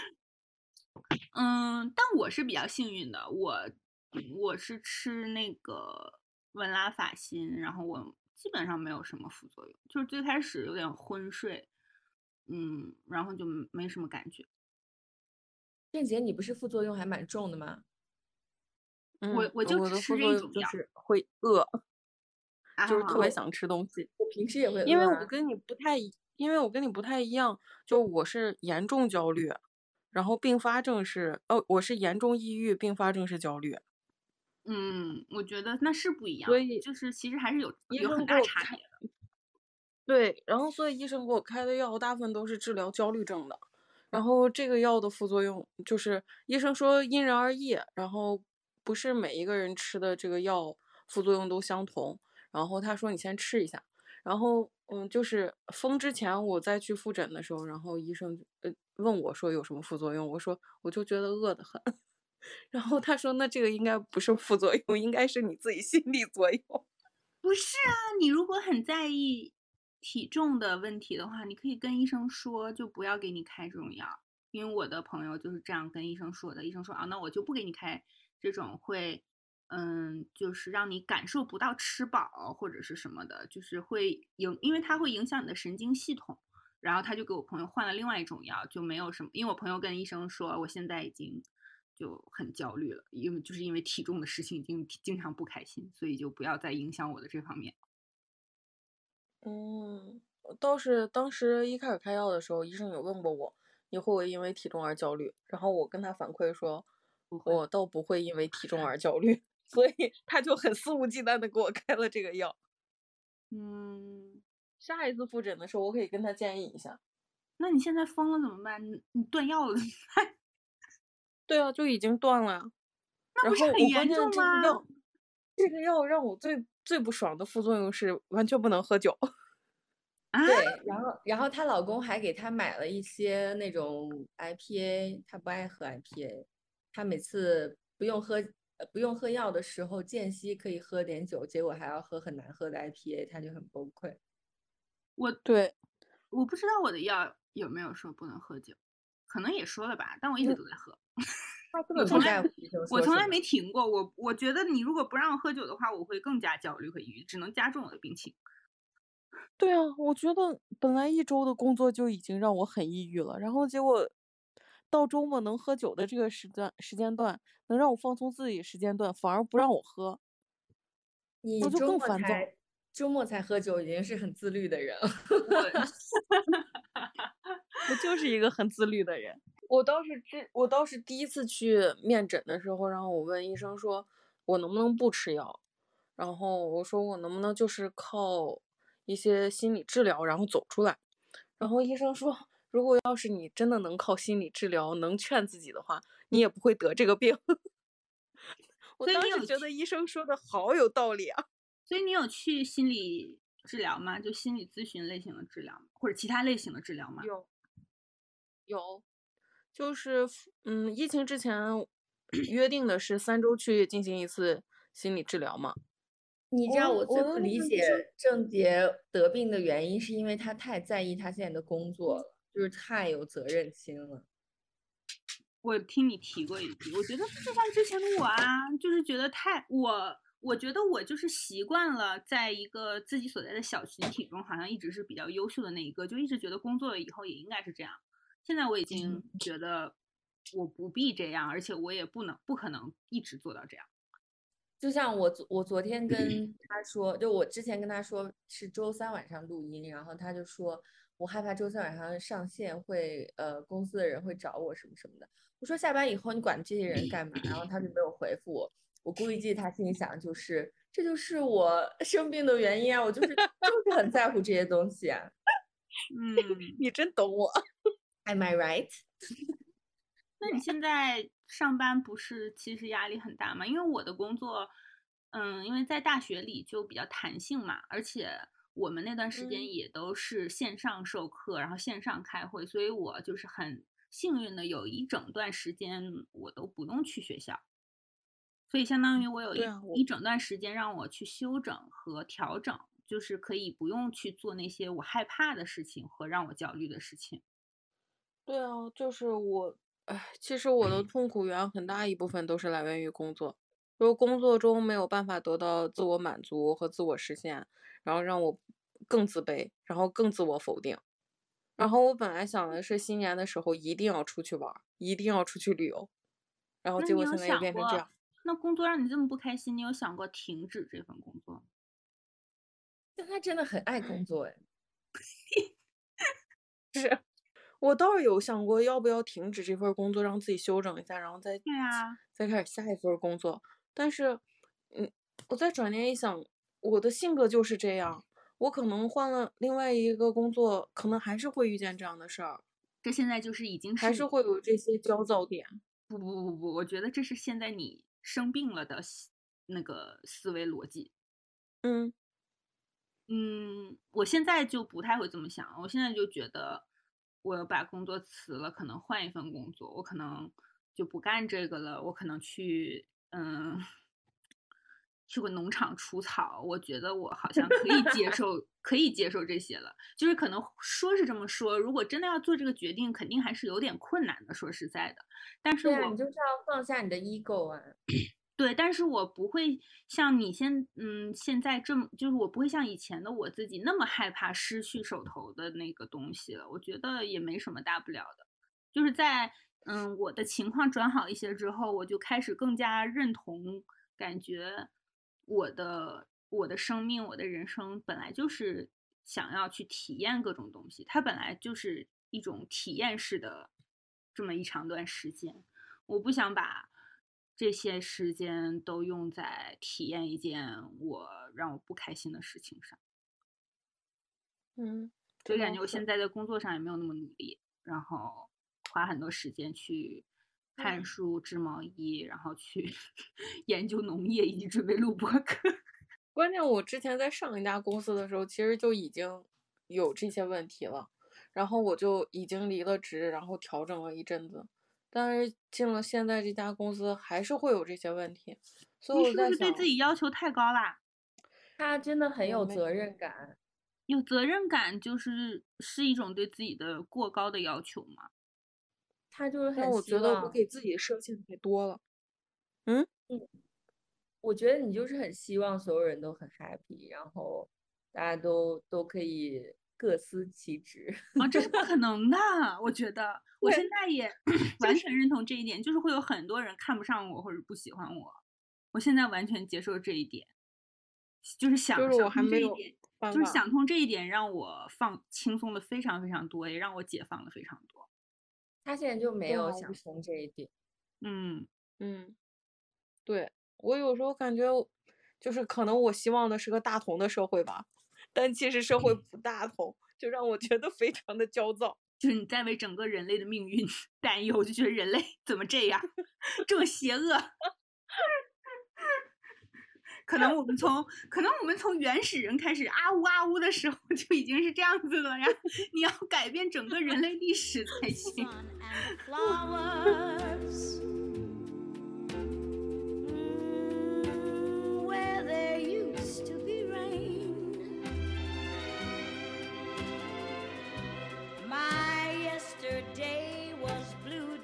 嗯，但我是比较幸运的，我我是吃那个文拉法辛，然后我基本上没有什么副作用，就是最开始有点昏睡。嗯，然后就没什么感觉。 郑姐，你不是副作用还蛮重的吗？ 我嗯， 我就只我的副吃这种药作用就是会饿，就是特别啊。 想吃东西。 我平时也会因为饿啊。 我跟你不太一，因为我跟你不太一样，就我是严重焦虑，然后并发症是，哦，我是严重抑郁，并发症是焦虑， 嗯，我觉得那是不一样， 所以就是其实还是有医有很生给我开， 大差别的。 对，然后所以医生给我开的药大部分都是治疗焦虑症的，然后这个药的副作用就是医生说因人而异，然后不是每一个人吃的这个药副作用都相同，然后他说你先吃一下，然后嗯，就是封之前我再去复诊的时候，然后医生呃问我说有什么副作用，我说我就觉得饿得很，然后他说那这个应该不是副作用，应该是你自己心理作用。 不是啊，你如果很在意体重的问题的话，你可以跟医生说，就不要给你开这种药。因为我的朋友就是这样跟医生说的，医生说啊，那我就不给你开这种会，嗯，就是让你感受不到吃饱或者是什么的，就是会影，因为它会影响你的神经系统。然后他就给我朋友换了另外一种药，就没有什么，因为我朋友跟医生说，我现在已经就很焦虑了，因为就是因为体重的事情已经经常不开心，所以就不要再影响我的这方面。 嗯，倒是当时一开始开药的时候，医生有问过我，你会不会因为体重而焦虑？然后我跟他反馈说， 我倒不会因为体重而焦虑，所以他就很肆无忌惮的给我开了这个药。 嗯， 下一次复诊的时候，我可以跟他建议一下。 那你现在疯了怎么办？你你断药了怎么办？ 对啊，就已经断了呀。 那不是很严重吗？ 然后我关键这个药，这个药让我最最不爽的副作用是完全不能喝酒。 啊？ 对，然后然后她老公还给她买了一些那种 I P A， 她不爱喝 I P A， 她每次不用喝呃不用喝药的时候，间隙可以喝点酒，结果还要喝很难喝的 I P A， 她就很崩溃。 我对， 我不知道我的药有没有说不能喝酒，可能也说了吧，但我一直都在喝。 她根我从来本不在乎医生说我从来什么没停过。我我觉得你如果不让我喝酒的话，我会更加焦虑和抑郁，只能加重我的病情。 对啊，我觉得本来一周的工作就已经让我很抑郁了，然后结果到周末能喝酒的这个时段时间段，能让我放松自己的时间段，反而不让我喝， 你我就周末更烦躁。 才周末才喝酒，已经是很自律的人了。 我我就是一个很自律的人。我倒是这，我倒是第一次去面诊的时候，然后我问医生说，我能不能不吃药？然后我说我能不能就是靠一些心理治疗，然后走出来？然后医生说，如果要是你真的能靠心理治疗，能劝自己的话，你也不会得这个病。我当时觉得医生说的好有道理啊。 所以你有去心理治疗吗？就心理咨询类型的治疗吗？或者其他类型的治疗吗？ 有，有，就是嗯，疫情之前约定的是三周去进行一次心理治疗嘛。 你知道我最不理解郑洁得病的原因，是因为她太在意她现在的工作了，就是太有责任心了。 我听你提过一句，我觉得就像之前的我啊，就是觉得太我，我觉得我就是习惯了在一个自己所在的小群体中，好像一直是比较优秀的那一个，就一直觉得工作了以后也应该是这样。现在我已经觉得我不必这样，而且我也不能不可能一直做到这样。 就像我昨我昨天跟他说，就我之前跟他说是周三晚上录音，然后他就说我害怕周三晚上上线会呃公司的人会找我什么什么的。我说下班以后你管这些人干嘛？然后他就没有回复我。我估计他心里想就是这就是我生病的原因啊，我就是就是很在乎这些东西啊。 嗯， 你真懂我。 Am I right？ 那你现在上班不是其实压力很大吗？因为我的工作，嗯，因为在大学里就比较弹性嘛，而且我们那段时间也都是线上授课，然后线上开会，所以我就是很幸运的有一整段时间我都不用去学校，所以相当于我有一、 啊、 一整段时间让我去休整和调整，就是可以不用去做那些我害怕的事情和让我焦虑的事情。 对啊，就是我，哎，其实我的痛苦源很大一部分都是来源于工作，如果工作中没有办法得到自我满足和自我实现，然后让我更自卑，然后更自我否定。然后我本来想的是新年的时候一定要出去玩，一定要出去旅游，然后结果现在又变成这样。 那工作让你这么不开心，你有想过停止这份工作吗？ 但他真的很爱工作哎。 是。我倒是有想过要不要停止这份工作，让自己休整一下，然后再对啊， 再开始下一份工作。但是，嗯，我再转念一想，我的性格就是这样，我可能换了另外一个工作，可能还是会遇见这样的事儿。 这现在就是已经是还是会有这些焦躁点。 不不不不，我觉得这是现在你生病了的那个思维逻辑。 嗯嗯，我现在就不太会这么想，我现在就觉得。我把工作辞了，可能换一份工作，我可能就不干这个了，我可能去嗯去个农场除草，我觉得我好像可以接受，可以接受这些了。就是可能说是这么说，如果真的要做这个决定，肯定还是有点困难的。说实在的，但是我、 啊、你就是要放下你的 ego 啊。 对，但是我不会像你现嗯现在这么，就是我不会像以前的我自己那么害怕失去手头的那个东西了。我觉得也没什么大不了的，就是在嗯我的情况转好一些之后，我就开始更加认同，感觉我的我的生命，我的人生本来就是想要去体验各种东西，它本来就是一种体验式的这么一长段时间，我不想把。 这些时间都用在体验一件我让我不开心的事情上。 嗯， 所以感觉我现在在工作上也没有那么努力，然后花很多时间去看书、织毛衣，然后去研究农业以及准备录播课。 关键我之前在上一家公司的时候，其实就已经有这些问题了，然后我就已经离了职，然后调整了一阵子，但是进了现在这家公司还是会有这些问题，所以你是不我在想， 是对自己要求太高啦？ 他真的很有我没责任感。 有责任感就是是一种对自己的过高的要求吗？ 他就是但很希我觉得我望， 给自己设限太多了。嗯， 我觉得你就是很希望所有人都很 happy，然后大家都都可以各司其职。 啊，这是不可能的。我觉得我对现在也完全认同这一点，就是会有很多人看不上我或者不喜欢我，我现在完全接受这一点，就是想就是我想还没有通这一点， 办法。 就是想通这一点，让我放轻松的非常非常多，也让我解放的非常多。 他现在就没对啊，我有想通这一点。 嗯， 嗯，对，我有时候感觉，就是可能我希望的是个大同的社会吧，但其实社会不大同，就让我觉得非常的焦躁。 就是你在为整个人类的命运担忧，就觉得人类怎么这样，这么邪恶。可能我们从可能我们从原始人开始啊呜啊呜的时候就已经是这样子了呀，你要改变整个人类历史才行。 sun and the flowers, mm, where there used to be rain. My yesterday was blue,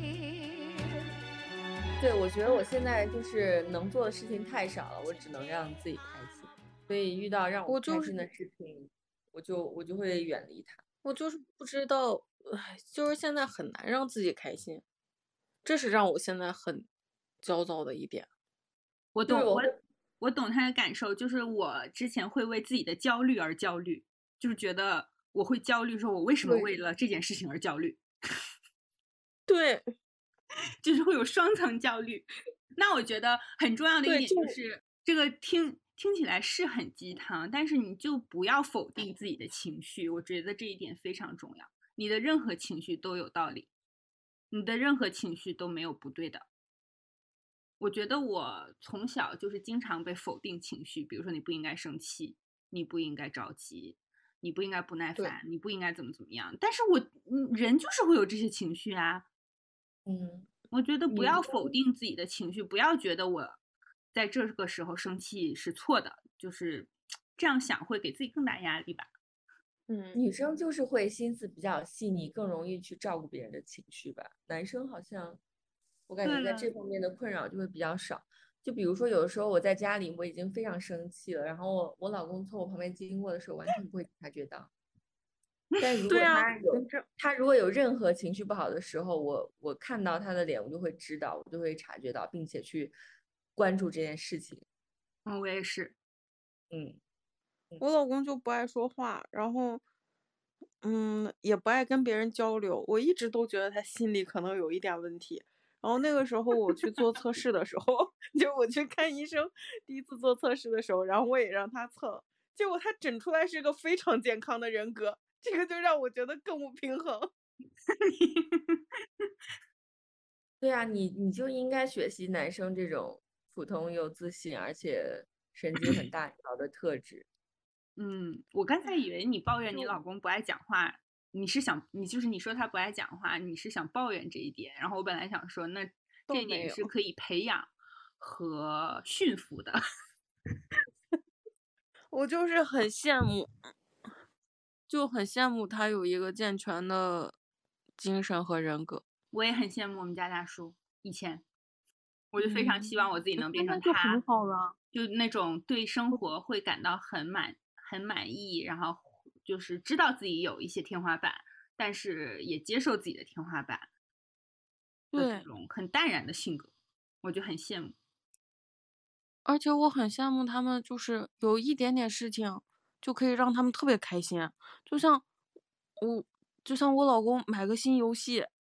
dear. 对，我觉得我现在就是能做的事情太少了，我只能让自己开心，所以遇到让我我就是不开心的事情，我就我就会远离它。 我就是不知道，唉，就是现在很难让自己开心，这是让我现在很焦躁的一点。 我懂我就是我会我懂他的感受，就是我之前会为自己的焦虑而焦虑，就是觉得我会焦虑说我为什么对为了这件事情而焦虑， 对就是会有双层焦虑。那我觉得很重要的一对， 点就就是这个听听起来是很鸡汤，但是你就不要否定自己的情绪，我觉得这一点非常重要。你的任何情绪都有道理，你的任何情绪都没有不对的。我觉得我从小就是经常被否定情绪，比如说你不应该生气，你不应该着急，你不应该不耐对烦，你不应该怎么怎么样。但是我嗯人就是会有这些情绪啊。 嗯， 我觉得不你要否定自己的情绪，不要觉得我在这个时候生气是错的，就是这样想会给自己更大压力吧。 嗯， 女生就是会心思比较细腻，更容易去照顾别人的情绪吧。男生好像我感觉对了在这方面的困扰就会比较少。就比如说，有的时候我在家里我已经非常生气了，然后我我老公从我旁边经过的时候，完全不会察觉到。但如果对啊， 他有你这他如果有任何情绪不好的时候，我我看到他的脸，我就会知道，我就会察觉到，并且去关注这件事情。 嗯，我也是。 嗯， 我老公就不爱说话，然后，嗯，也不爱跟别人交流。我一直都觉得他心里可能有一点问题。然后那个时候我去做测试的时候，就我去看医生，第一次做测试的时候，然后我也让他测，结果他诊出来是个非常健康的人格，这个就让我觉得更不平衡。 对啊，你你就应该学习男生这种普通又自信，而且神经很大条的特质。 嗯，我刚才以为你抱怨你就老公不爱讲话，你是想你就是你说他不爱讲话，你是想抱怨这一点。然后我本来想说，那都没这一点是有可以培养和驯服的。 我就是很羡慕，就很羡慕他有一个健全的精神和人格。 我也很羡慕我们家大叔，以前我就非常希嗯， 望我自己能变成现在就很他， 好了。 就那种对生活会感到很满很满意，然后就是知道自己有一些天花板，但是也接受自己的天花板的这对， 种很淡然的性格，我就很羡慕。 而且我很羡慕他们，就是有一点点事情就可以让他们特别开心。就像我，就像我老公买个新游戏，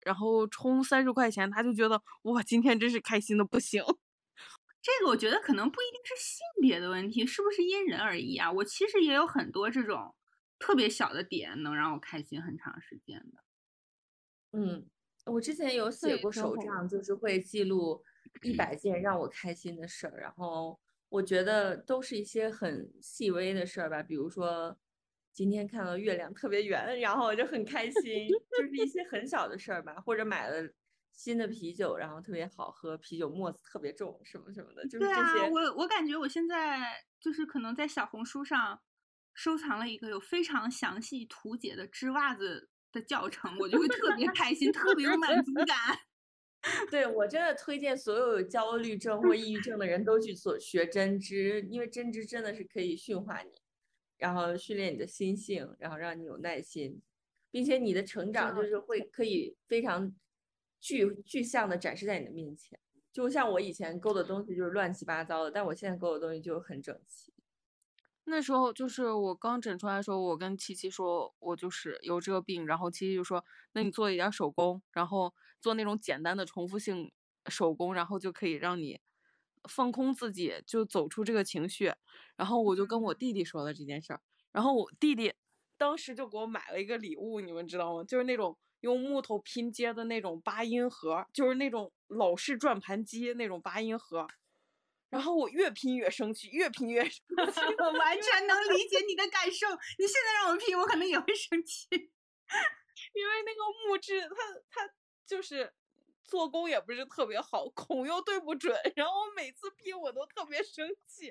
然后充三十块钱，他就觉得哇，今天真是开心的不行。 这个我觉得可能不一定是性别的问题，是不是因人而异啊？我其实也有很多这种特别小的点能让我开心很长时间的。 嗯，我之前有那写过也挺好的。 手账，就是会记录一百件让我开心的事儿，然后我觉得都是一些很细微的事儿吧，比如说今天看到月亮特别圆，然后我就很开心，就是一些很小的事儿吧，或者买了新的啤酒，然后特别好喝，啤酒沫子特别重，什么什么的，就是对啊， 这些。 我我感觉我现在就是可能在小红书上收藏了一个有非常详细图解的织袜子的教程，我就会特别开心，特别有满足感。 对，我真的推荐所有有焦虑症或抑郁症的人都去所学针织，因为针织真的是可以驯化你，然后训练你的心性，然后让你有耐心，并且你的成长就是会可以非常具具象的展示在你的面前。就像我以前勾的东西就是乱七八糟的，但我现在勾的东西就很整齐。 那时候就是我刚诊出来的时候，我跟七七说，我就是有这个病，然后七七就说，那你做一点手工，然后做那种简单的重复性手工，然后就可以让你放空自己，就走出这个情绪。然后我就跟我弟弟说了这件事儿，然后我弟弟当时就给我买了一个礼物，你们知道吗？就是那种用木头拼接的那种八音盒，就是那种老式转盘机那种八音盒。然后我越拼越生气，越拼越生气。 我完全能理解你的感受，你现在让我拼，我可能也会生气。 因为那个木质，它它就是做工也不是特别好，孔又对不准，然后我每次拼我都特别生气。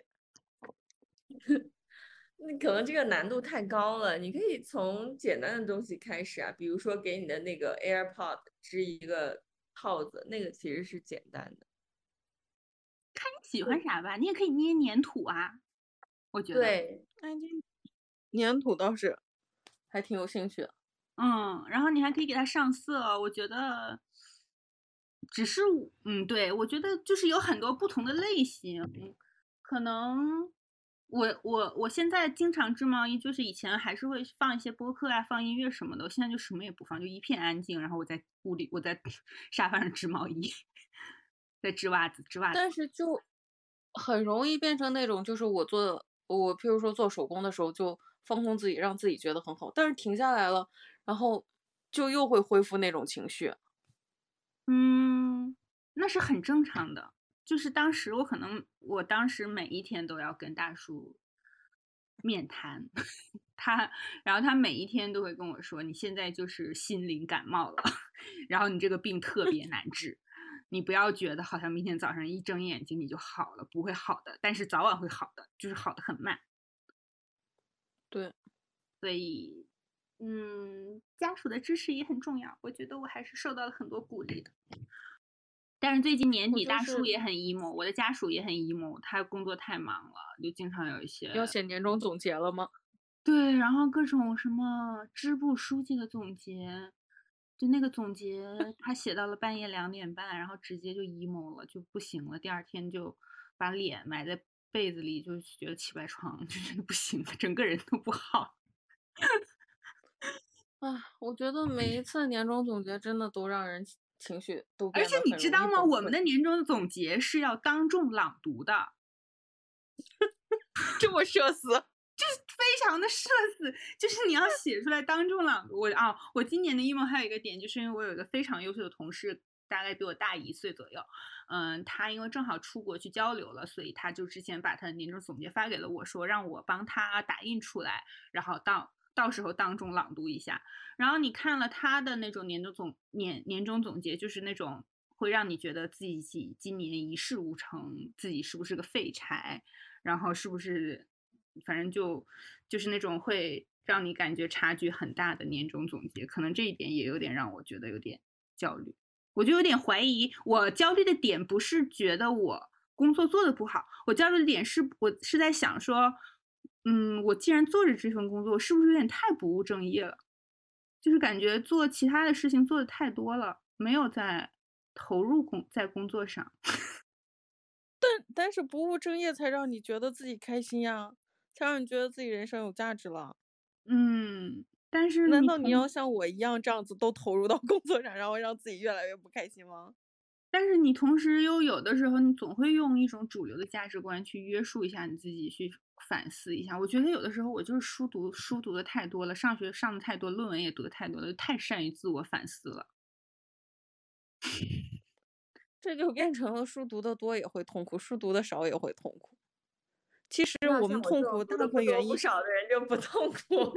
那可能这个难度太高了，你可以从简单的东西开始啊，比如说给你的那个 AirPod 织一个套子，那个其实是简单的。 看你喜欢啥吧，你也可以捏粘土啊，我觉得。 对， 哎，这粘土倒是还挺有兴趣的。 嗯，然后你还可以给它上色，我觉得只是嗯，对，我觉得就是有很多不同的类型，可能我我我现在经常织毛衣，就是以前还是会放一些播客啊，放音乐什么的，我现在就什么也不放，就一片安静，然后我在屋里，我在沙发上织毛衣，在织袜子，织袜子。 但是就很容易变成那种，就是我做我譬如说做手工的时候，就放空自己，让自己觉得很好，但是停下来了，然后就又会恢复那种情绪。 嗯，那是很正常的。就是当时我可能，我当时每一天都要跟大叔面谈，他，然后他每一天都会跟我说，你现在就是心灵感冒了，然后你这个病特别难治，你不要觉得好像明天早上一睁眼睛你就好了，不会好的，但是早晚会好的，就是好的很慢。 对， 所以，嗯，家属的支持也很重要，我觉得我还是受到了很多鼓励的。但是最近年底，大叔也很 emo，我的家属也很 emo，他工作太忙了，就经常有一些要写年终总结了吗？ 对，然后各种什么支部书记的总结，就那个总结他写到了半夜两点半，然后直接就 emo 了，就不行了，第二天就把脸埋在被子里，就觉得起不来床，就觉得不行了，整个人都不好。 啊，我觉得每一次年终总结真的都让人情绪都变而且得很容易你知道吗？ 崩我们的溃年终总结是要当众朗读的， 这么社死。 就是非常的社死，就是你要写出来当众朗读。我啊，我今年的 emo 还有一个点，就是因为我有一个非常优秀的同事，大概比我大一岁左右，嗯，他因为正好出国去交流了，所以他就之前把他的年终总结发给了我，说让我帮他打印出来，然后到到时候当众朗读一下。然后你看了他的那种年终总年年终总结，就是那种会让你觉得自己今年一事无成，自己是不是个废柴，然后是不是反正就就是那种会让你感觉差距很大的年终总结，可能这一点也有点让我觉得有点焦虑。我就有点怀疑，我焦虑的点不是觉得我工作做的不好，我焦虑的点是我是在想说，嗯，我既然做着这份工作，是不是有点太不务正业了？就是感觉做其他的事情做的太多了，没有在投入工在工作上。 但但是不务正业才让你觉得自己开心呀，才让你觉得自己人生有价值了。 嗯， 但是难你同道你要像我一样这样子都投入到工作上，然后让自己越来越不开心吗？ 但是你同时又有的时候，你总会用一种主流的价值观去约束一下你自己，去反思一下。我觉得有的时候我就是书读书读的太多了，上学上的太多，论文也读的太多了，太善于自我反思了。 这就变成了书读的多也会痛苦，书读的少也会痛苦。其实那我们像我这种痛苦大读的不多部分原因， 不少的人就不痛苦。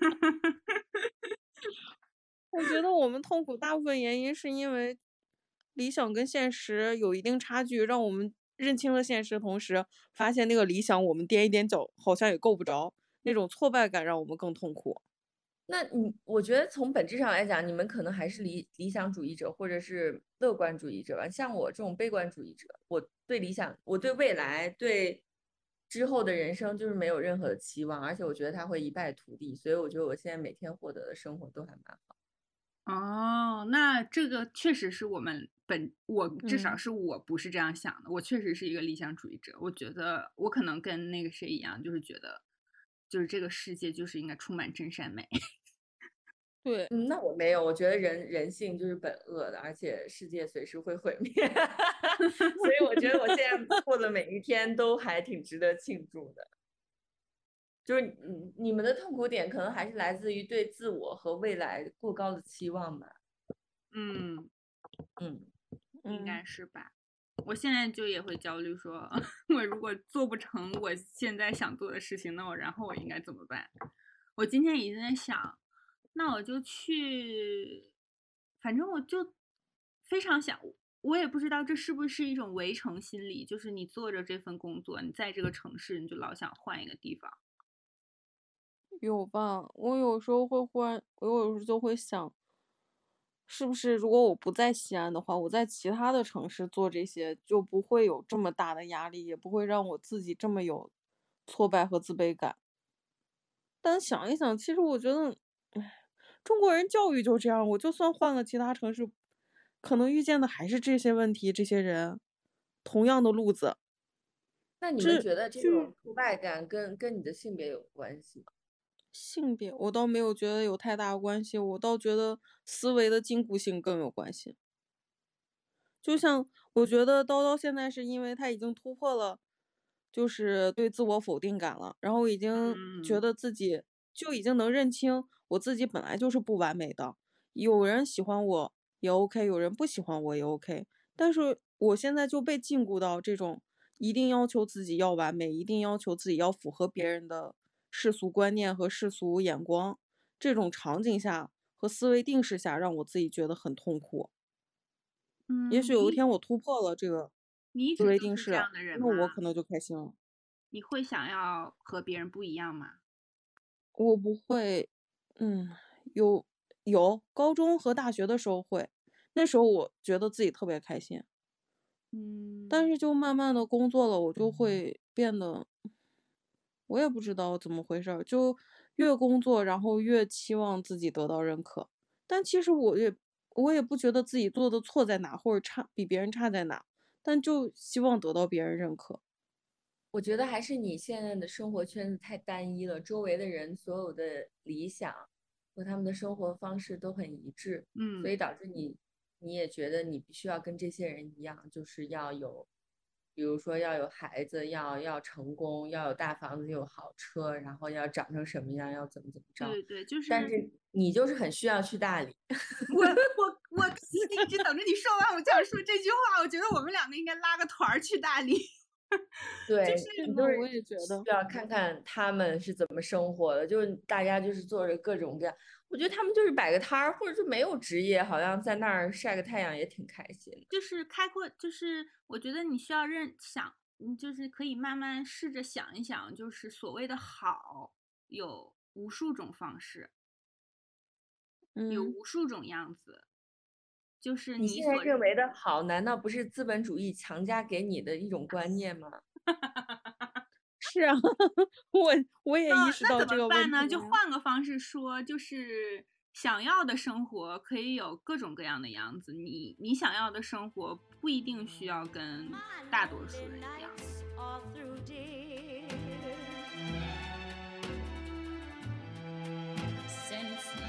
我觉得我们痛苦大部分原因是因为理想跟现实有一定差距，让我们认清了现实，同时发现那个理想我们踮一踮脚好像也够不着，那种挫败感让我们更痛苦。 那你，我觉得从本质上来讲，你们可能还是理理想主义者或者是乐观主义者吧。像我这种悲观主义者，我对理想，我对未来，对之后的人生就是没有任何的期望，而且我觉得它会一败涂地，所以我觉得我现在每天获得的生活都还蛮好。 哦，那这个确实是我们本我至少嗯是我不是这样想的，我确实是一个理想主义者。我觉得我可能跟那个谁一样，就是觉得就是这个世界就是应该充满真善美。 对， 嗯，那我没有，我觉得人人性就是本恶的，而且世界随时会毁灭，所以我觉得我现在过的每一天都还挺值得庆祝的。就是你你们的痛苦点可能还是来自于对自我和未来过高的期望吧。 嗯， 嗯， 应该嗯， 是吧。我现在就也会焦虑说，我如果做不成我现在想做的事情，那我然后我应该怎么办？我今天已经在想，那我就去，反正我就非常想，我也不知道这是不是一种围城心理，就是你做着这份工作，你在这个城市，你就老想换一个地方。 有吧？我有时候会忽然，我有时候就会想，是不是如果我不在西安的话，我在其他的城市做这些，就不会有这么大的压力，也不会让我自己这么有挫败和自卑感。但想一想，其实我觉得，唉，中国人教育就这样，我就算换了其他城市，可能遇见的还是这些问题，这些人，同样的路子。 那你们这觉得这就是种挫败感跟跟你的性别有关系吗？ 性别，我倒没有觉得有太大关系，我倒觉得思维的禁锢性更有关系。就像我觉得叨叨现在是因为他已经突破了，就是对自我否定感了，然后已经觉嗯， 得自己就已经能认清我自己本来就是不完美的，有人喜欢我也 OK，有人不喜欢我也 OK，但是我现在就被禁锢到这种一定要求自己要完美，一定要求自己要符合别人的世俗观念和世俗眼光，这种场景下和思维定式下，让我自己觉得很痛苦。也嗯， 许有一你天我突破了这个你一思直都是这维定式， 样的人吗？ 那我可能就开心了。 你会想要和别人不一样吗？ 我不会，嗯，有有高中和大学的时候会，那时候我觉得自己特别开心，但嗯， 是就慢慢的工作了，我就会变得，我也不知道怎么回事儿，就越工作，然后越期望自己得到认可，但其实我也我也不觉得自己做的错在哪，或者差比别人差在哪，但就希望得到别人认可。 我觉得还是你现在的生活圈子太单一了，周围的人所有的理想和他们的生活方式都很一致，所嗯， 以导致你你也觉得你必须要跟这些人一样，就是要有，比如说要有孩子，要要成功，要有大房子，有豪车，然后要长成什么样，要怎么怎么着。 对对，就是但是你就是很需要去大理。 我我我一直等着你说完，我就想说这句话。我觉得我们两个应该拉个团儿去大理。 对， 是吗？ 你就是我也觉得。 需要看看他们是怎么生活的，就是大家就是做着各种各样，我觉得他们就是摆个摊儿，或者就没有职业，好像在那儿晒个太阳也挺开心的。 就是开阔，就是我觉得你需要认想，你就是可以慢慢试着想一想，就是所谓的好有无数种方式，有嗯， 无数种样子，就是你你所现在认为的好，难道不是资本主义强加给你的一种观念吗？ 是啊，我我也意识那怎到这个么办呢？ 问题了。 就换个方式说，就是想要的生活可以有各种各样的样子。你你想要的生活不一定需要跟大多数人一样。 all through, dear. Since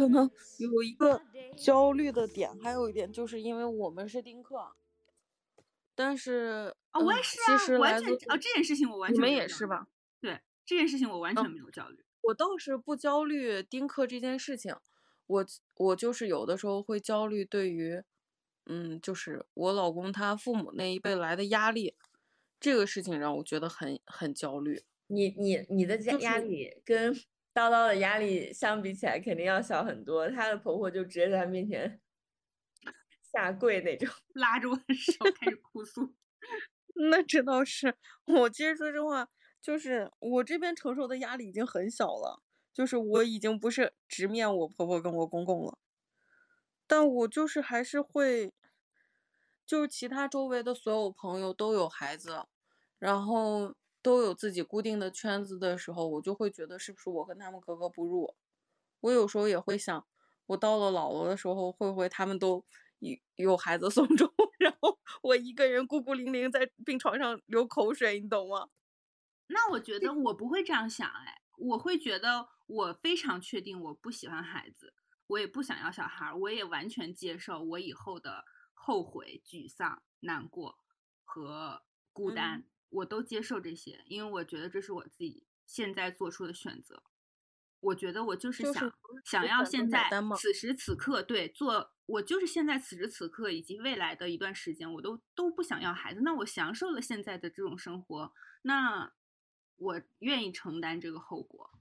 可能有一个焦虑的点，还有一点就是因为我们是丁克，但是哦，我嗯也是其啊，完实来自全哦，这件事情我完你们全没有焦虑。 也是吧？ 对，这件事情我完全嗯没有焦虑。 我倒是不焦虑丁克这件事情，我我就是有的时候会焦虑对于，嗯，就是我老公他父母那一辈来的压力，这个事情让我觉得很很焦虑。 你你你的压压就是力跟叨叨的压力相比起来，肯定要小很多。她的婆婆就直接在她面前下跪那种。 拉着我的手开始哭诉。 那这倒是，我其实说实话，就是我这边承受的压力已经很小了，就是我已经不是直面我婆婆跟我公公了，但我就是还是会，就是其他周围的所有朋友都有孩子，然后都有自己固定的圈子的时候，我就会觉得是不是我跟他们格格不入。我有时候也会想，我到了老了的时候，会不会他们都有有孩子送终，然后我一个人孤孤零零在病床上流口水，你懂吗？ 那我觉得我不会这样想，哎，我会觉得我非常确定我不喜欢孩子，我也不想要小孩，我也完全接受我以后的后悔、沮丧、难过和孤单， 嗯我都接受这些，因为我觉得这是我自己现在做出的选择。我觉得我就是就是想想要选择现在买单嘛。 此时此刻对做，我就是现在此时此刻以及未来的一段时间，我都都不想要孩子。那我享受了现在的这种生活，那我愿意承担这个后果。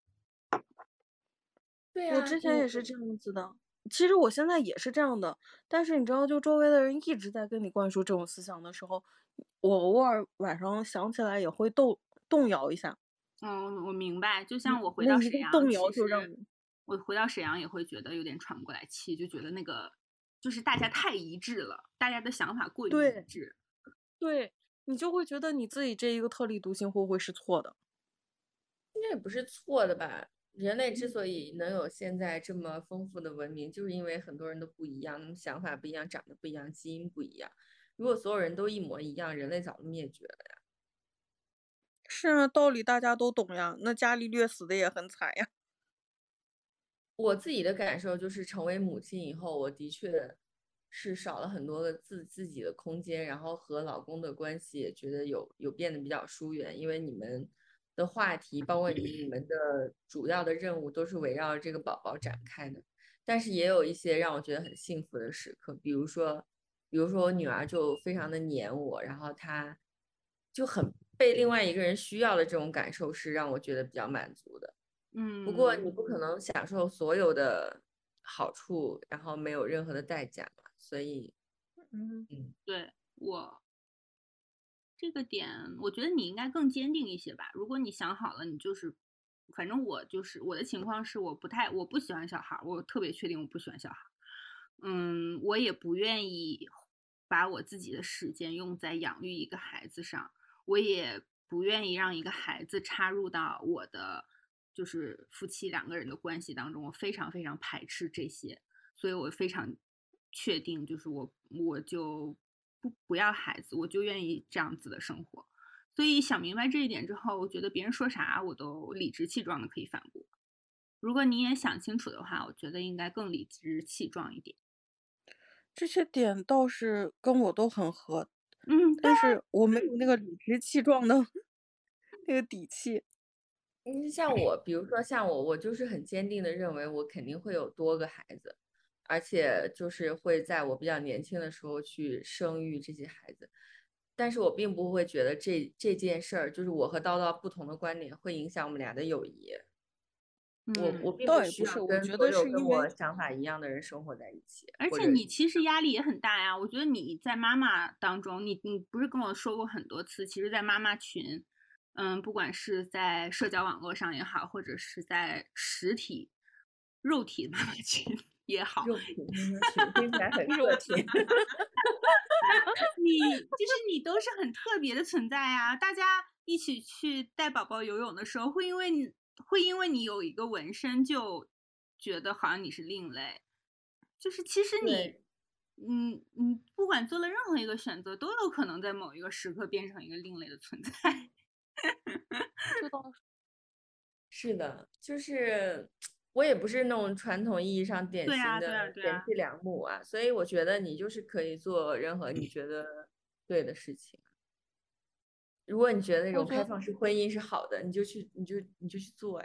对啊， 我之前你也是这样子的，其实我现在也是这样的，但是你知道，就周围的人一直在跟你灌输这种思想的时候，我偶尔晚上想起来也会动动摇一下。 嗯，我明白。就那像我回那一个到沈阳，其动摇就让实你我回到沈阳也会觉得有点喘不过来气，就觉得那个就是大家太一致了，大家的想法过于一对致。 对，你就会觉得你自己这一个特立独行会不会是错的？ 应该也不是错的吧？人类之所以能有现在这么丰富的文明，就是因为很多人都不一样，那么想法不一样，长得不一样，基因不一样。如果所有人都一模一样，人类早就灭绝了呀。 是啊，道理大家都懂呀，那伽利略死的也很惨呀。 我自己的感受就是，成为母亲以后，我的确是少了很多的自自己的空间，然后和老公的关系也觉得有有变得比较疏远，因为你们的话题，包括你们的主要的任务，都是围绕着这个宝宝展开的。但是也有一些让我觉得很幸福的时刻，比如说，比如说我女儿就非常的黏我，然后她就很被另外一个人需要的这种感受，是让我觉得比较满足的。不过嗯， 你不可能享受所有的好处，然后没有任何的代价嘛，所以， 嗯， 嗯， 对，我这个点，我觉得你应该更坚定一些吧。如果你想好了，你就是，反正我就是我的情况是，我不太，我不喜欢小孩儿，我特别确定我不喜欢小孩儿。嗯，我也不愿意把我自己的时间用在养育一个孩子上，我也不愿意让一个孩子插入到我的就是夫妻两个人的关系当中，我非常非常排斥这些，所以我非常确定，就是我我就不不要孩子，我就愿意这样子的生活。所以想明白这一点之后，我觉得别人说啥我都理直气壮的可以反驳。如果你也想清楚的话，我觉得应该更理直气壮一点。 这些点倒是跟我都很合， 嗯， 但是我没有那个理直气壮的那个底气。 嗯，像我，比如说像我，我就是很坚定的认为我肯定会有多个孩子，而且就是会在我比较年轻的时候去生育这些孩子，但是我并不会觉得这这件事儿，就是我和叨叨不同的观点会影响我们俩的友谊。我我嗯， 并不倒也不是， 需要跟我觉得所有跟是因为我想法一样的人生活在一起， 而或者且你其实压力也很大呀。我觉得你在妈妈当中，你你不是跟我说过很多次，其实，在妈妈群，嗯，不管是在社交网络上也好，或者是在实体肉体的妈妈群也好， 肉体妈妈群听起来很色情。 你就是你都是很特别的存在啊！大家一起去带宝宝游泳的时候，会因为你会因为你有一个纹身，就觉得好像你是另类。就是其实你对， 嗯嗯，不管做了任何一个选择，都有可能在某一个时刻变成一个另类的存在。 这倒是是的，就是我也不是那种传统意义上典对啊型对啊对啊的贤妻良母啊，所以我觉得你就是可以做任何你觉得对的事情。如果你觉得那种我觉得开放式婚姻是好的，你就去，你就你就去做呀。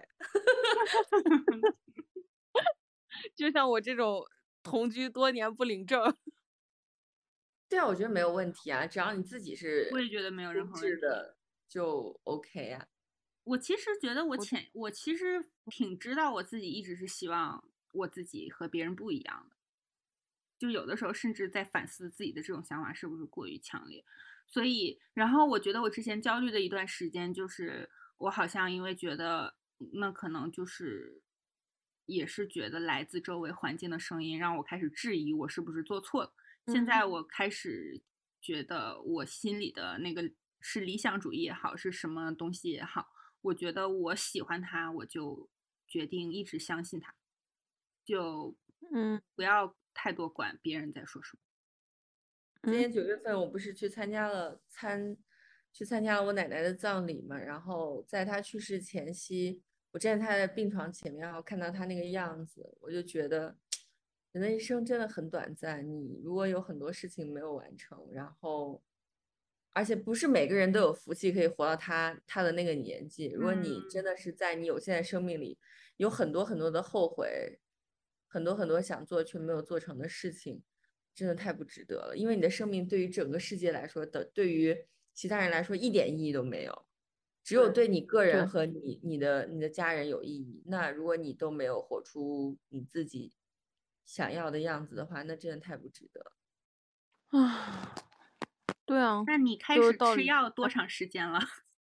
就像我这种同居多年不领证， 对啊，我觉得没有问题啊，只要你自己是我也觉得没有任心何问题。 智的，就 OK 啊。 我其实觉得我我潜，我其实挺知道我自己一直是希望我自己和别人不一样的，就有的时候甚至在反思自己的这种想法是不是过于强烈。所以，然后我觉得我之前焦虑的一段时间，就是我好像因为觉得那可能就是也是觉得来自周围环境的声音让我开始质疑我是不是做错了。现嗯在我开始觉得我心里的那个是理想主义也好，是什么东西也好，我觉得我喜欢它，我就决定一直相信它，就嗯不要太多管别人在说什么。 嗯今年九月份我不是去参加了参去参加了我奶奶的葬礼嘛，然后在她去世前夕，我站在她的病床前面，然后看到她那个样子，我就觉得人的一生真的很短暂。你如果有很多事情没有完成，然后而且不是每个人都有福气可以活到她她的那个年纪。如果你真的是在你有限的生命里有很多很多的后悔，很多很多想做却没有做成的事情。真的太不值得了，因为你的生命对于整个世界来说的，对于其他人来说一点意义都没有，只有对你个人对和你你的你的家人有意义。那如果你都没有活出你自己想要的样子的话，那真的太不值得了。 啊，对啊， 那你开始吃就是道理。 药多长时间了？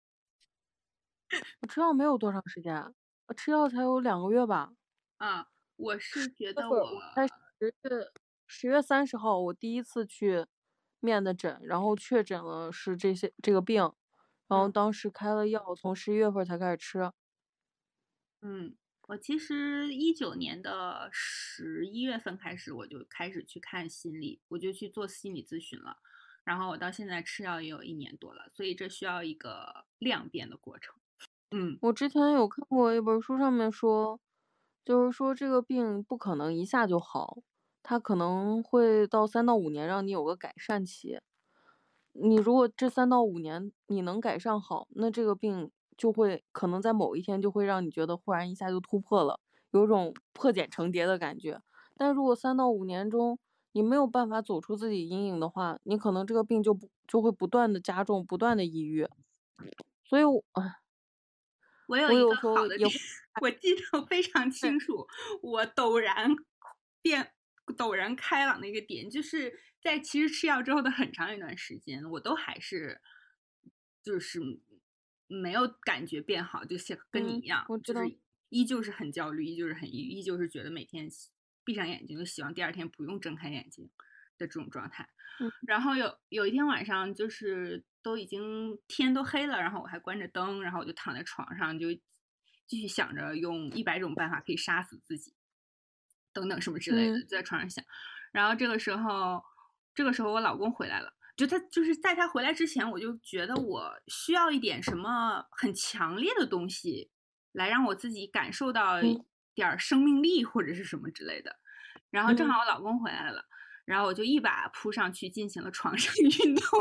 我吃药没有多长时间，我吃药才有两个月吧。 啊，我是觉这会儿得我我才十月十月三十号，我第一次去面的诊，然后确诊了是这些这个病，然后嗯当时开了药，从十一月份才开始吃。 嗯，我其实一九年的十一月份开始，我就开始去看心理，我就去做心理咨询了。然后我到现在吃药也有一年多了，所以这需要一个量变的过程。嗯我之前有看过一本书，上面说，就是说这个病不可能一下就好，它可能会到三到五年让你有个改善期。你如果这三到五年你能改善好，那这个病就会可能在某一天就会让你觉得忽然一下就突破了，有种破茧成蝶的感觉。但如果三到五年中你没有办法走出自己阴影的话，你可能这个病就不就会不断的加重，不断的抑郁。所以我，唉，我我有一个有时候也好的点，我记得非常清楚，我陡然变陡然开朗的一个点，就是在其实吃药之后的很长一段时间，我都还是就是没有感觉变好，就像跟你嗯一样， 我知道就是依旧是很焦虑，依旧是很抑郁，依旧是觉得每天闭上眼睛就希望第二天不用睁开眼睛的这种状态。 嗯然后有有一天晚上，就是都已经天都黑了，然后我还关着灯，然后我就躺在床上，就继续想着用一百种办法可以杀死自己，等等什么之类的， 嗯就在床上想。然后这个时候，这个时候我老公回来了，就他就是在他回来之前，我就觉得我需要一点什么很强烈的东西，来让我自己感受到嗯点儿生命力或者是什么之类的。然后正嗯好我老公回来了。然后我就一把扑上去进行了床上运动。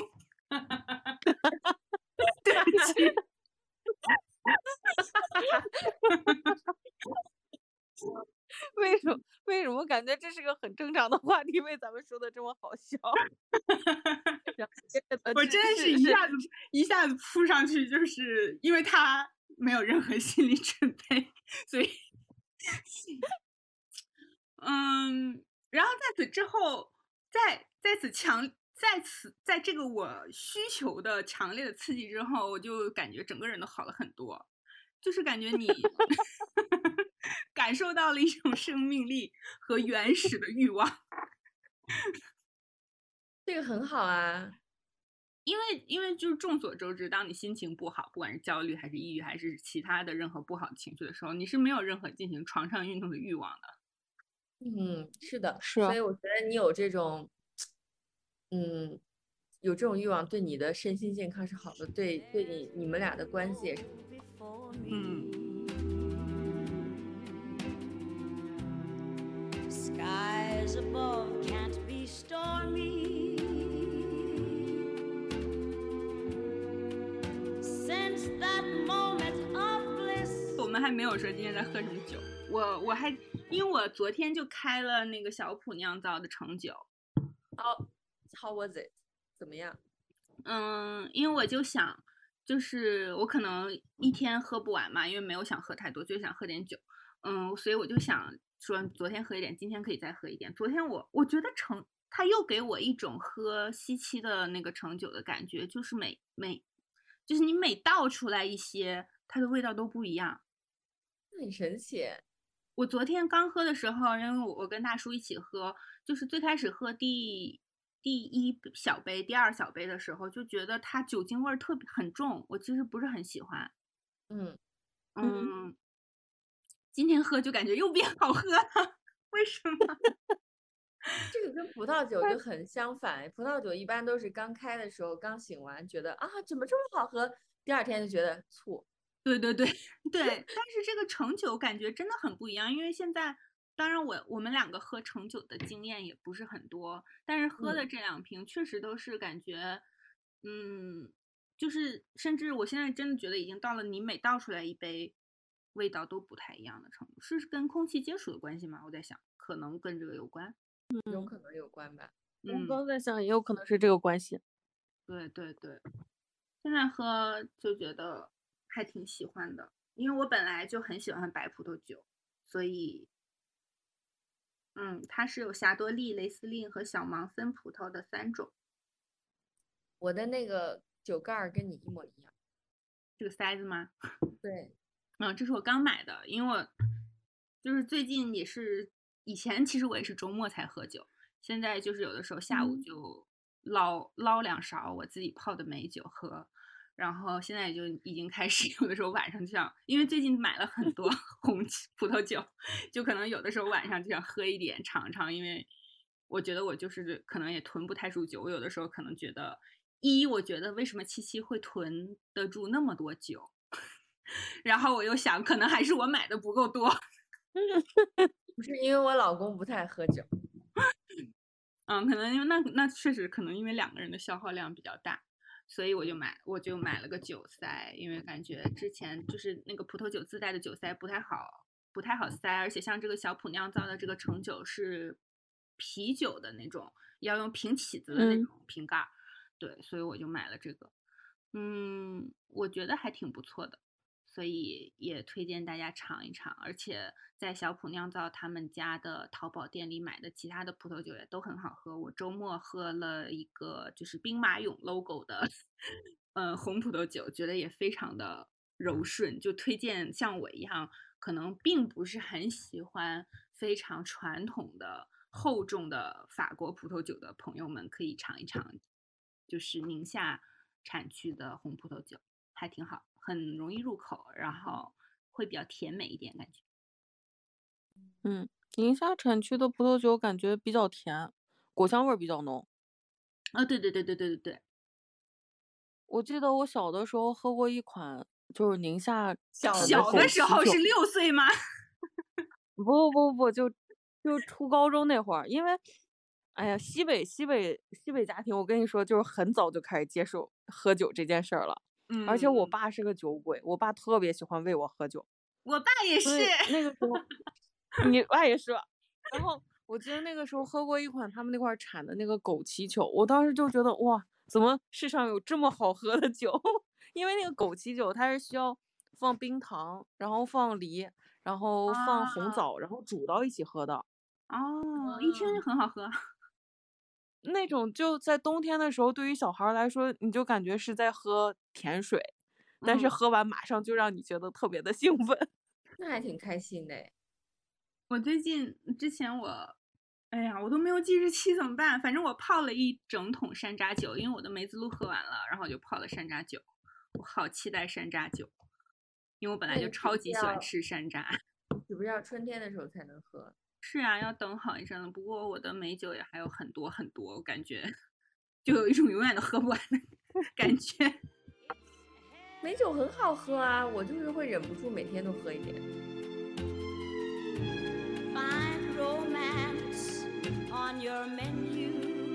对不起。 为什么为什么感觉这是个很正常的话题，被咱们说的这么好笑？ 我真的是一下子一下子扑上去，就是因为他没有任何心理准备，所以，嗯，然后在此之后，在在此强在此在这个我需求的强烈的刺激之后，我就感觉整个人都好了很多，就是感觉你感受到了一种生命力和原始的欲望。 这个很好啊， 因为因为就是众所周知，当你心情不好，不管是焦虑还是抑郁还是其他的任何不好的情绪的时候，你是没有任何进行床上运动的欲望的。 嗯，是的， 是所以我觉得你有这种，嗯，有这种欲望，对你的身心健康是好的，对对你你们俩的关系也是。 嗯。 skies above can't be stormy. Since that moment of bliss. 我们还没有说今天在喝什么酒，我我还因为我昨天就开了那个小普酿造的橙酒。 哦、oh, how was it？ 怎么样？ 嗯，因为我就想，就是我可能一天喝不完嘛，因为没有想喝太多，就想喝点酒。嗯，所以我就想说，昨天喝一点，今天可以再喝一点。昨天我我觉得橙，它又给我一种喝西七的那个橙酒的感觉，就是每每，就是你每倒出来一些，它的味道都不一样。 很神奇。 我昨天刚喝的时候，因为我我跟大叔一起喝，就是最开始喝第第一小杯、第二小杯的时候，就觉得它酒精味儿特别很重，我其实不是很喜欢。 嗯嗯，今天喝就感觉又变好喝了，为什么？ 这个跟葡萄酒就很相反，葡萄酒一般都是刚开的时候刚醒完，觉得啊怎么这么好喝，第二天就觉得醋。 对对对对，但是这个橙酒感觉真的很不一样，因为现在当然我我们两个喝橙酒的经验也不是很多，但是喝的这两瓶确实都是感觉，嗯，就是甚至我现在真的觉得已经到了你每倒出来一杯，味道都不太一样的程度，是跟空气接触的关系吗？我在想，可能跟这个有关， 有可能有关吧。 我刚在想，也有可能是这个关系。 对对对，现在喝就觉得还挺喜欢的，因为我本来就很喜欢白葡萄酒，所以，嗯，它是有霞多丽、雷司令和小芒森葡萄的三种。 我的那个酒盖儿跟你一模一样。 这个塞子吗？ 对， 嗯，这是我刚买的，因为我就是最近也是，以前其实我也是周末才喝酒，现在就是有的时候下午就捞、嗯、捞两勺我自己泡的美酒喝。然后现在就已经开始，有的时候晚上就想，因为最近买了很多红葡萄酒，就可能有的时候晚上就想喝一点尝尝，因为我觉得我就是可能也囤不太住酒，我有的时候可能觉得，一我觉得为什么七七会囤得住那么多酒，然后我又想，可能还是我买的不够多， 不是因为我老公不太喝酒， 嗯，可能因为那那确实可能因为两个人的消耗量比较大。所以我就买，我就买了个酒塞，因为感觉之前就是那个葡萄酒自带的酒塞不太好，不太好塞，而且像这个小普酿造的这个橙酒是啤酒的那种，要用平起子的那种瓶盖，嗯、对，所以我就买了这个，嗯，我觉得还挺不错的，所以也推荐大家尝一尝，而且在小普酿造他们家的淘宝店里买的其他的葡萄酒也都很好喝。我周末喝了一个就是兵马俑 logo 的呃红葡萄酒，觉得也非常的柔顺，就推荐像我一样可能并不是很喜欢非常传统的厚重的法国葡萄酒的朋友们可以尝一尝，就是宁夏产区的红葡萄酒，还挺好，很容易入口，然后会比较甜美一点感觉。 嗯，宁夏产区的葡萄酒感觉比较甜，果香味比较浓。 哦，对对对对对对对。 我记得我小的时候喝过一款，就是宁夏小的时候是六岁吗？ 不不不不，就就初高中那会儿，因为，哎呀，西北西北西北家庭，我跟你说，就是很早就开始接受喝酒这件事儿了。 嗯， 而且我爸是个酒鬼，我爸特别喜欢喂我喝酒。 我爸也是。 那个时候。你爸也是，然后我记得那个时候喝过一款他们那块产的那个枸杞酒，我当时就觉得哇，怎么世上有这么好喝的酒？因为那个枸杞酒它是需要放冰糖，然后放梨，然后放红枣，啊、然后煮到一起喝的。 哦，一听就很好喝。 那种就在冬天的时候，对于小孩来说，你就感觉是在喝甜水，嗯、但是喝完马上就让你觉得特别的兴奋。 那还挺开心的。 我最近之前我，哎呀，我都没有记日期怎么办？反正我泡了一整桶山楂酒，因为我的梅子露喝完了，然后我就泡了山楂酒。我好期待山楂酒，因为我本来就超级喜欢吃山楂。 是不是要春天的时候才能喝？ 是啊，要等好一阵了。不过我的美酒也还有很多很多，我感觉就有一种永远都喝不完的感觉。 美酒很好喝啊，我就是会忍不住每天都喝一点。 Find romance on your menu.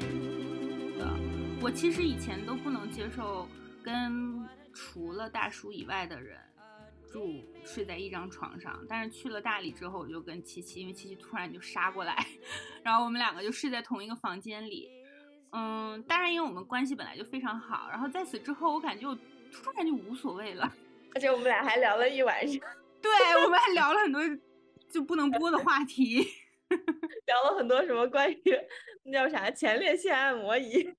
我其实以前都不能接受跟除了大叔以外的人住睡在一张床上，但是去了大理之后，我就跟七七，因为七七突然就杀过来，然后我们两个就睡在同一个房间里。嗯，当然因为我们关系本来就非常好，然后在此之后，我感觉我突然就无所谓了。 而且我们俩还聊了一晚上， 对，我们还聊了很多就不能播的话题。 聊了很多什么关于那叫啥前列腺按摩仪，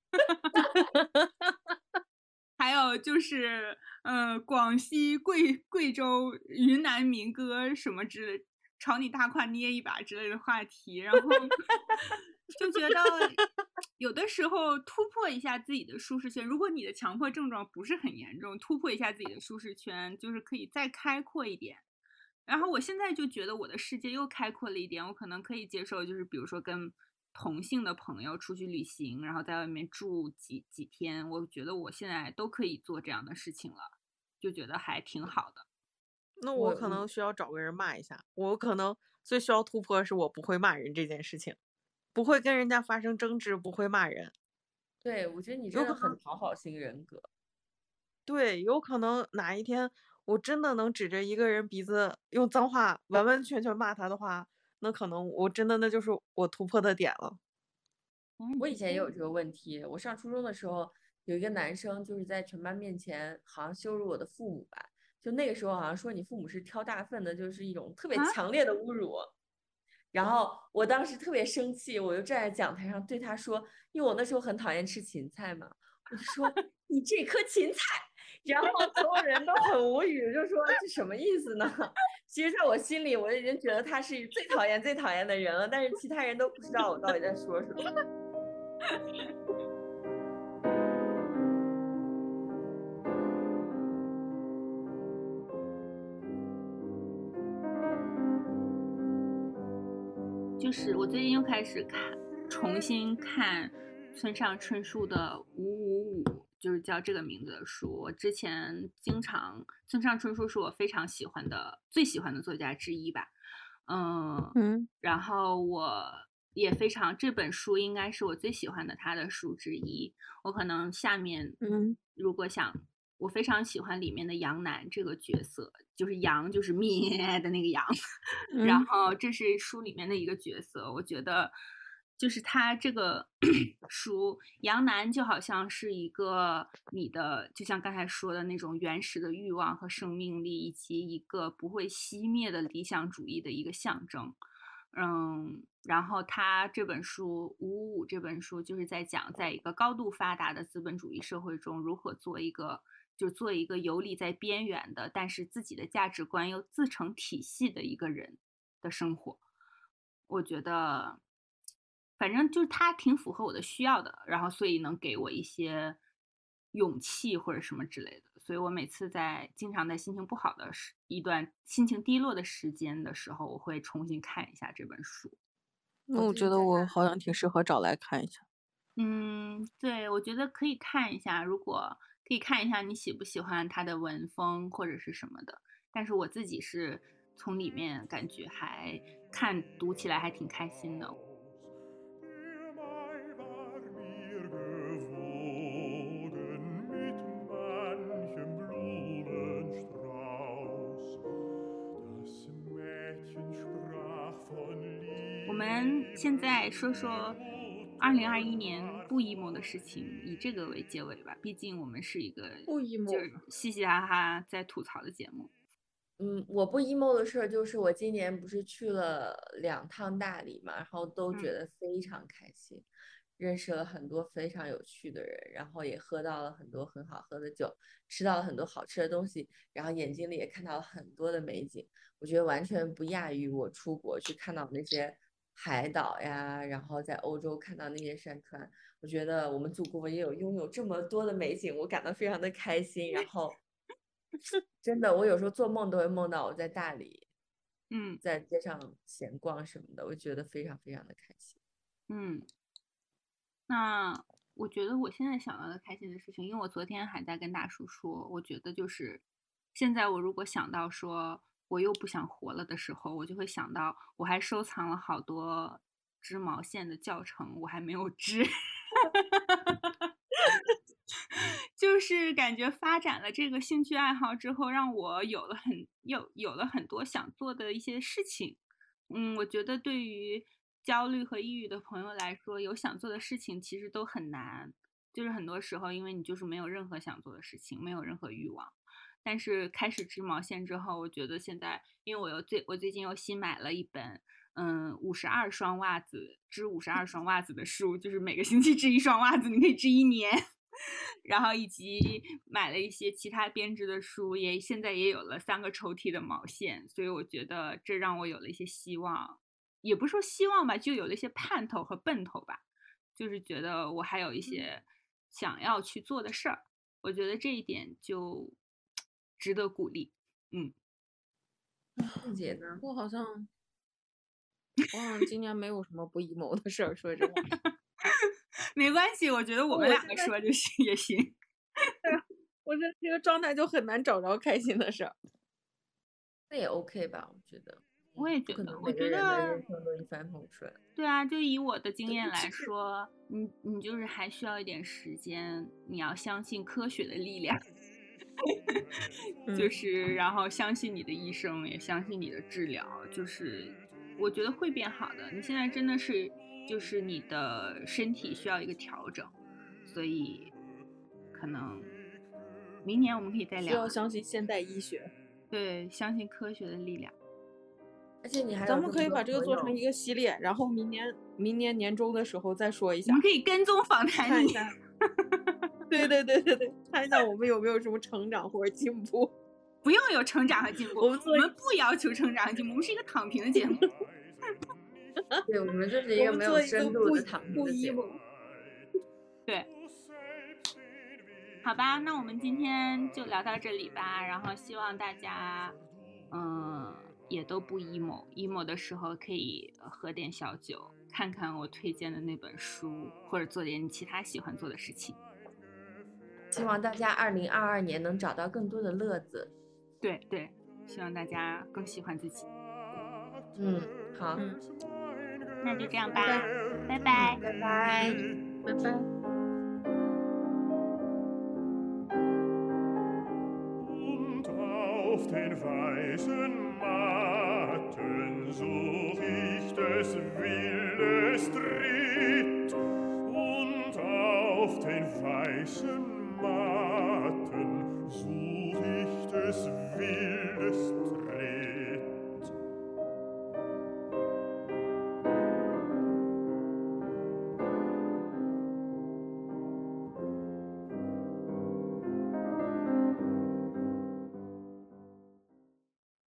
还有就是呃广西贵贵州云南民歌什么之类，朝你大胯捏一把之类的话题，然后就觉得有的时候突破一下自己的舒适圈，如果你的强迫症状不是很严重，突破一下自己的舒适圈，就是可以再开阔一点。然后我现在就觉得我的世界又开阔了一点，我可能可以接受，就是比如说跟同性的朋友出去旅行，然后在外面住几几天，我觉得我现在都可以做这样的事情了，就觉得还挺好的。 那我可能需要找个人骂一下，我可能最需要突破的是我不会骂人这件事情，不会跟人家发生争执，不会骂人。 对，我觉得你真的很讨好型人格。 对，有可能哪一天我真的能指着一个人鼻子用脏话完完全全骂他的话，那可能我真的那就是我突破的点了。 我以前也有这个问题，我上初中的时候有一个男生就是在全班面前好像羞辱我的父母吧，就那个时候好像说你父母是挑大粪的，就是一种特别强烈的侮辱。然后我当时特别生气，我就站在讲台上对他说，因为我那时候很讨厌吃芹菜嘛，我就说你这颗芹菜，然后所有人都很无语，就说这什么意思呢？其实在我心里我已经觉得他是最讨厌最讨厌的人了，但是其他人都不知道我到底在说什么。 就是我最近又开始看，重新看村上春树的《五五五》，就是叫这个名字的书。我之前经常，村上春树是我非常喜欢的、最喜欢的作家之一吧。嗯嗯， 然后我也非常，这本书应该是我最喜欢的他的书之一。我可能下面， 嗯， 如果想，我非常喜欢里面的杨楠这个角色，就是杨就是咩的那个杨， 嗯然后这是书里面的一个角色，我觉得就是他这个书杨楠就好像是一个你的，就像刚才说的那种原始的欲望和生命力，以及一个不会熄灭的理想主义的一个象征。嗯，然后他这本书《五五五》这本书就是在讲，在一个高度发达的资本主义社会中，如何做一个就做一个游离在边缘的，但是自己的价值观又自成体系的一个人的生活。我觉得，反正就是他挺符合我的需要的，然后所以能给我一些勇气或者什么之类的。所以我每次在经常在心情不好的时一段心情低落的时间的时候，我会重新看一下这本书。 那我觉得我好像挺适合找来看一下。 嗯，对，我觉得可以看一下，如果可以看一下你喜不喜欢他的文风或者是什么的。但是我自己是从里面感觉还看读起来还挺开心的。我们现在说说二零二一年不 emo 的事情，以这个为结尾吧。毕竟我们是一个不 emo 就是嘻嘻哈哈在吐槽的节目。 嗯，我不 emo 的事儿就是我今年不是去了两趟大理嘛，然后都觉得非常开心，嗯、认识了很多非常有趣的人，然后也喝到了很多很好喝的酒，吃到了很多好吃的东西，然后眼睛里也看到了很多的美景。我觉得完全不亚于我出国去看到那些海岛呀，然后在欧洲看到那些山川。我觉得我们祖国也有拥有这么多的美景，我感到非常的开心。然后真的，我有时候做梦都会梦到我在大理， 嗯， 在街上闲逛什么的，我觉得非常非常的开心。 嗯，那我觉得我现在想到的开心的事情，因为我昨天还在跟大叔说，我觉得就是现在我如果想到说我又不想活了的时候，我就会想到我还收藏了好多织毛线的教程，我还没有织。就是感觉发展了这个兴趣爱好之后，让我有了很有有了很多想做的一些事情。嗯，我觉得对于焦虑和抑郁的朋友来说，有想做的事情其实都很难。就是很多时候，因为你就是没有任何想做的事情，没有任何欲望。但是开始织毛线之后，我觉得现在，因为我又最我最近又新买了一本，嗯，五十二双袜子织五十二双袜子的书，就是每个星期织一双袜子，你可以织一年。然后以及买了一些其他编织的书，也现在也有了三个抽屉的毛线，所以我觉得这让我有了一些希望，也不是说希望吧，就有了一些盼头和奔头吧，就是觉得我还有一些想要去做的事儿，我觉得这一点就值得鼓励。嗯， 凤姐呢？ 我好像，我好像今年没有什么不 emo 的事儿，说实话。 没关系，我觉得我们我两个现在说就行也行。 我这这个状态就很难找着开心的事儿。 那也 OK 吧，我觉得。 我也觉得， 不可能我觉每个人的得人生都一帆风顺。 对啊，就以我的经验来对是说，你你就是还需要一点时间，你要相信科学的力量，就嗯是然后相信你的医生，也相信你的治疗，就是我觉得会变好的。你现在真的是就是你的身体需要一个调整，所以可能明年我们可以再需聊啊。 要相信现代医学。 对，相信科学的力量。 而且你还有咱们可以这么多朋把这个做成友一个系列，然后明年明年年终的时候再说一下我们，可以跟踪访谈你。 看一下。对对对对对，看一下我们有没有什么成长或者进步。 不用有成长和进步， 我们做一我们不要求成长和进步，我们是一个躺平的节目。 对，我们就是一我个没有们做一个不深度的躺平不的节目。 emo。 对，好吧，那我们今天就聊到这里吧。然后希望大家，嗯，也都不 emo。emo 的时候可以喝点小酒，看看我推荐的那本书，或者做点你其他喜欢做的事情。 希望大家二零二二年能找到更多的乐子。 对对，希望大家更喜欢自己。 嗯，好， 嗯， 那就这样吧，拜拜。 拜拜。 拜拜。 Und auf den weißen Matten such ich des Wildes Tritt. Und auf den weißen Matten such ich des Wildes Tritt.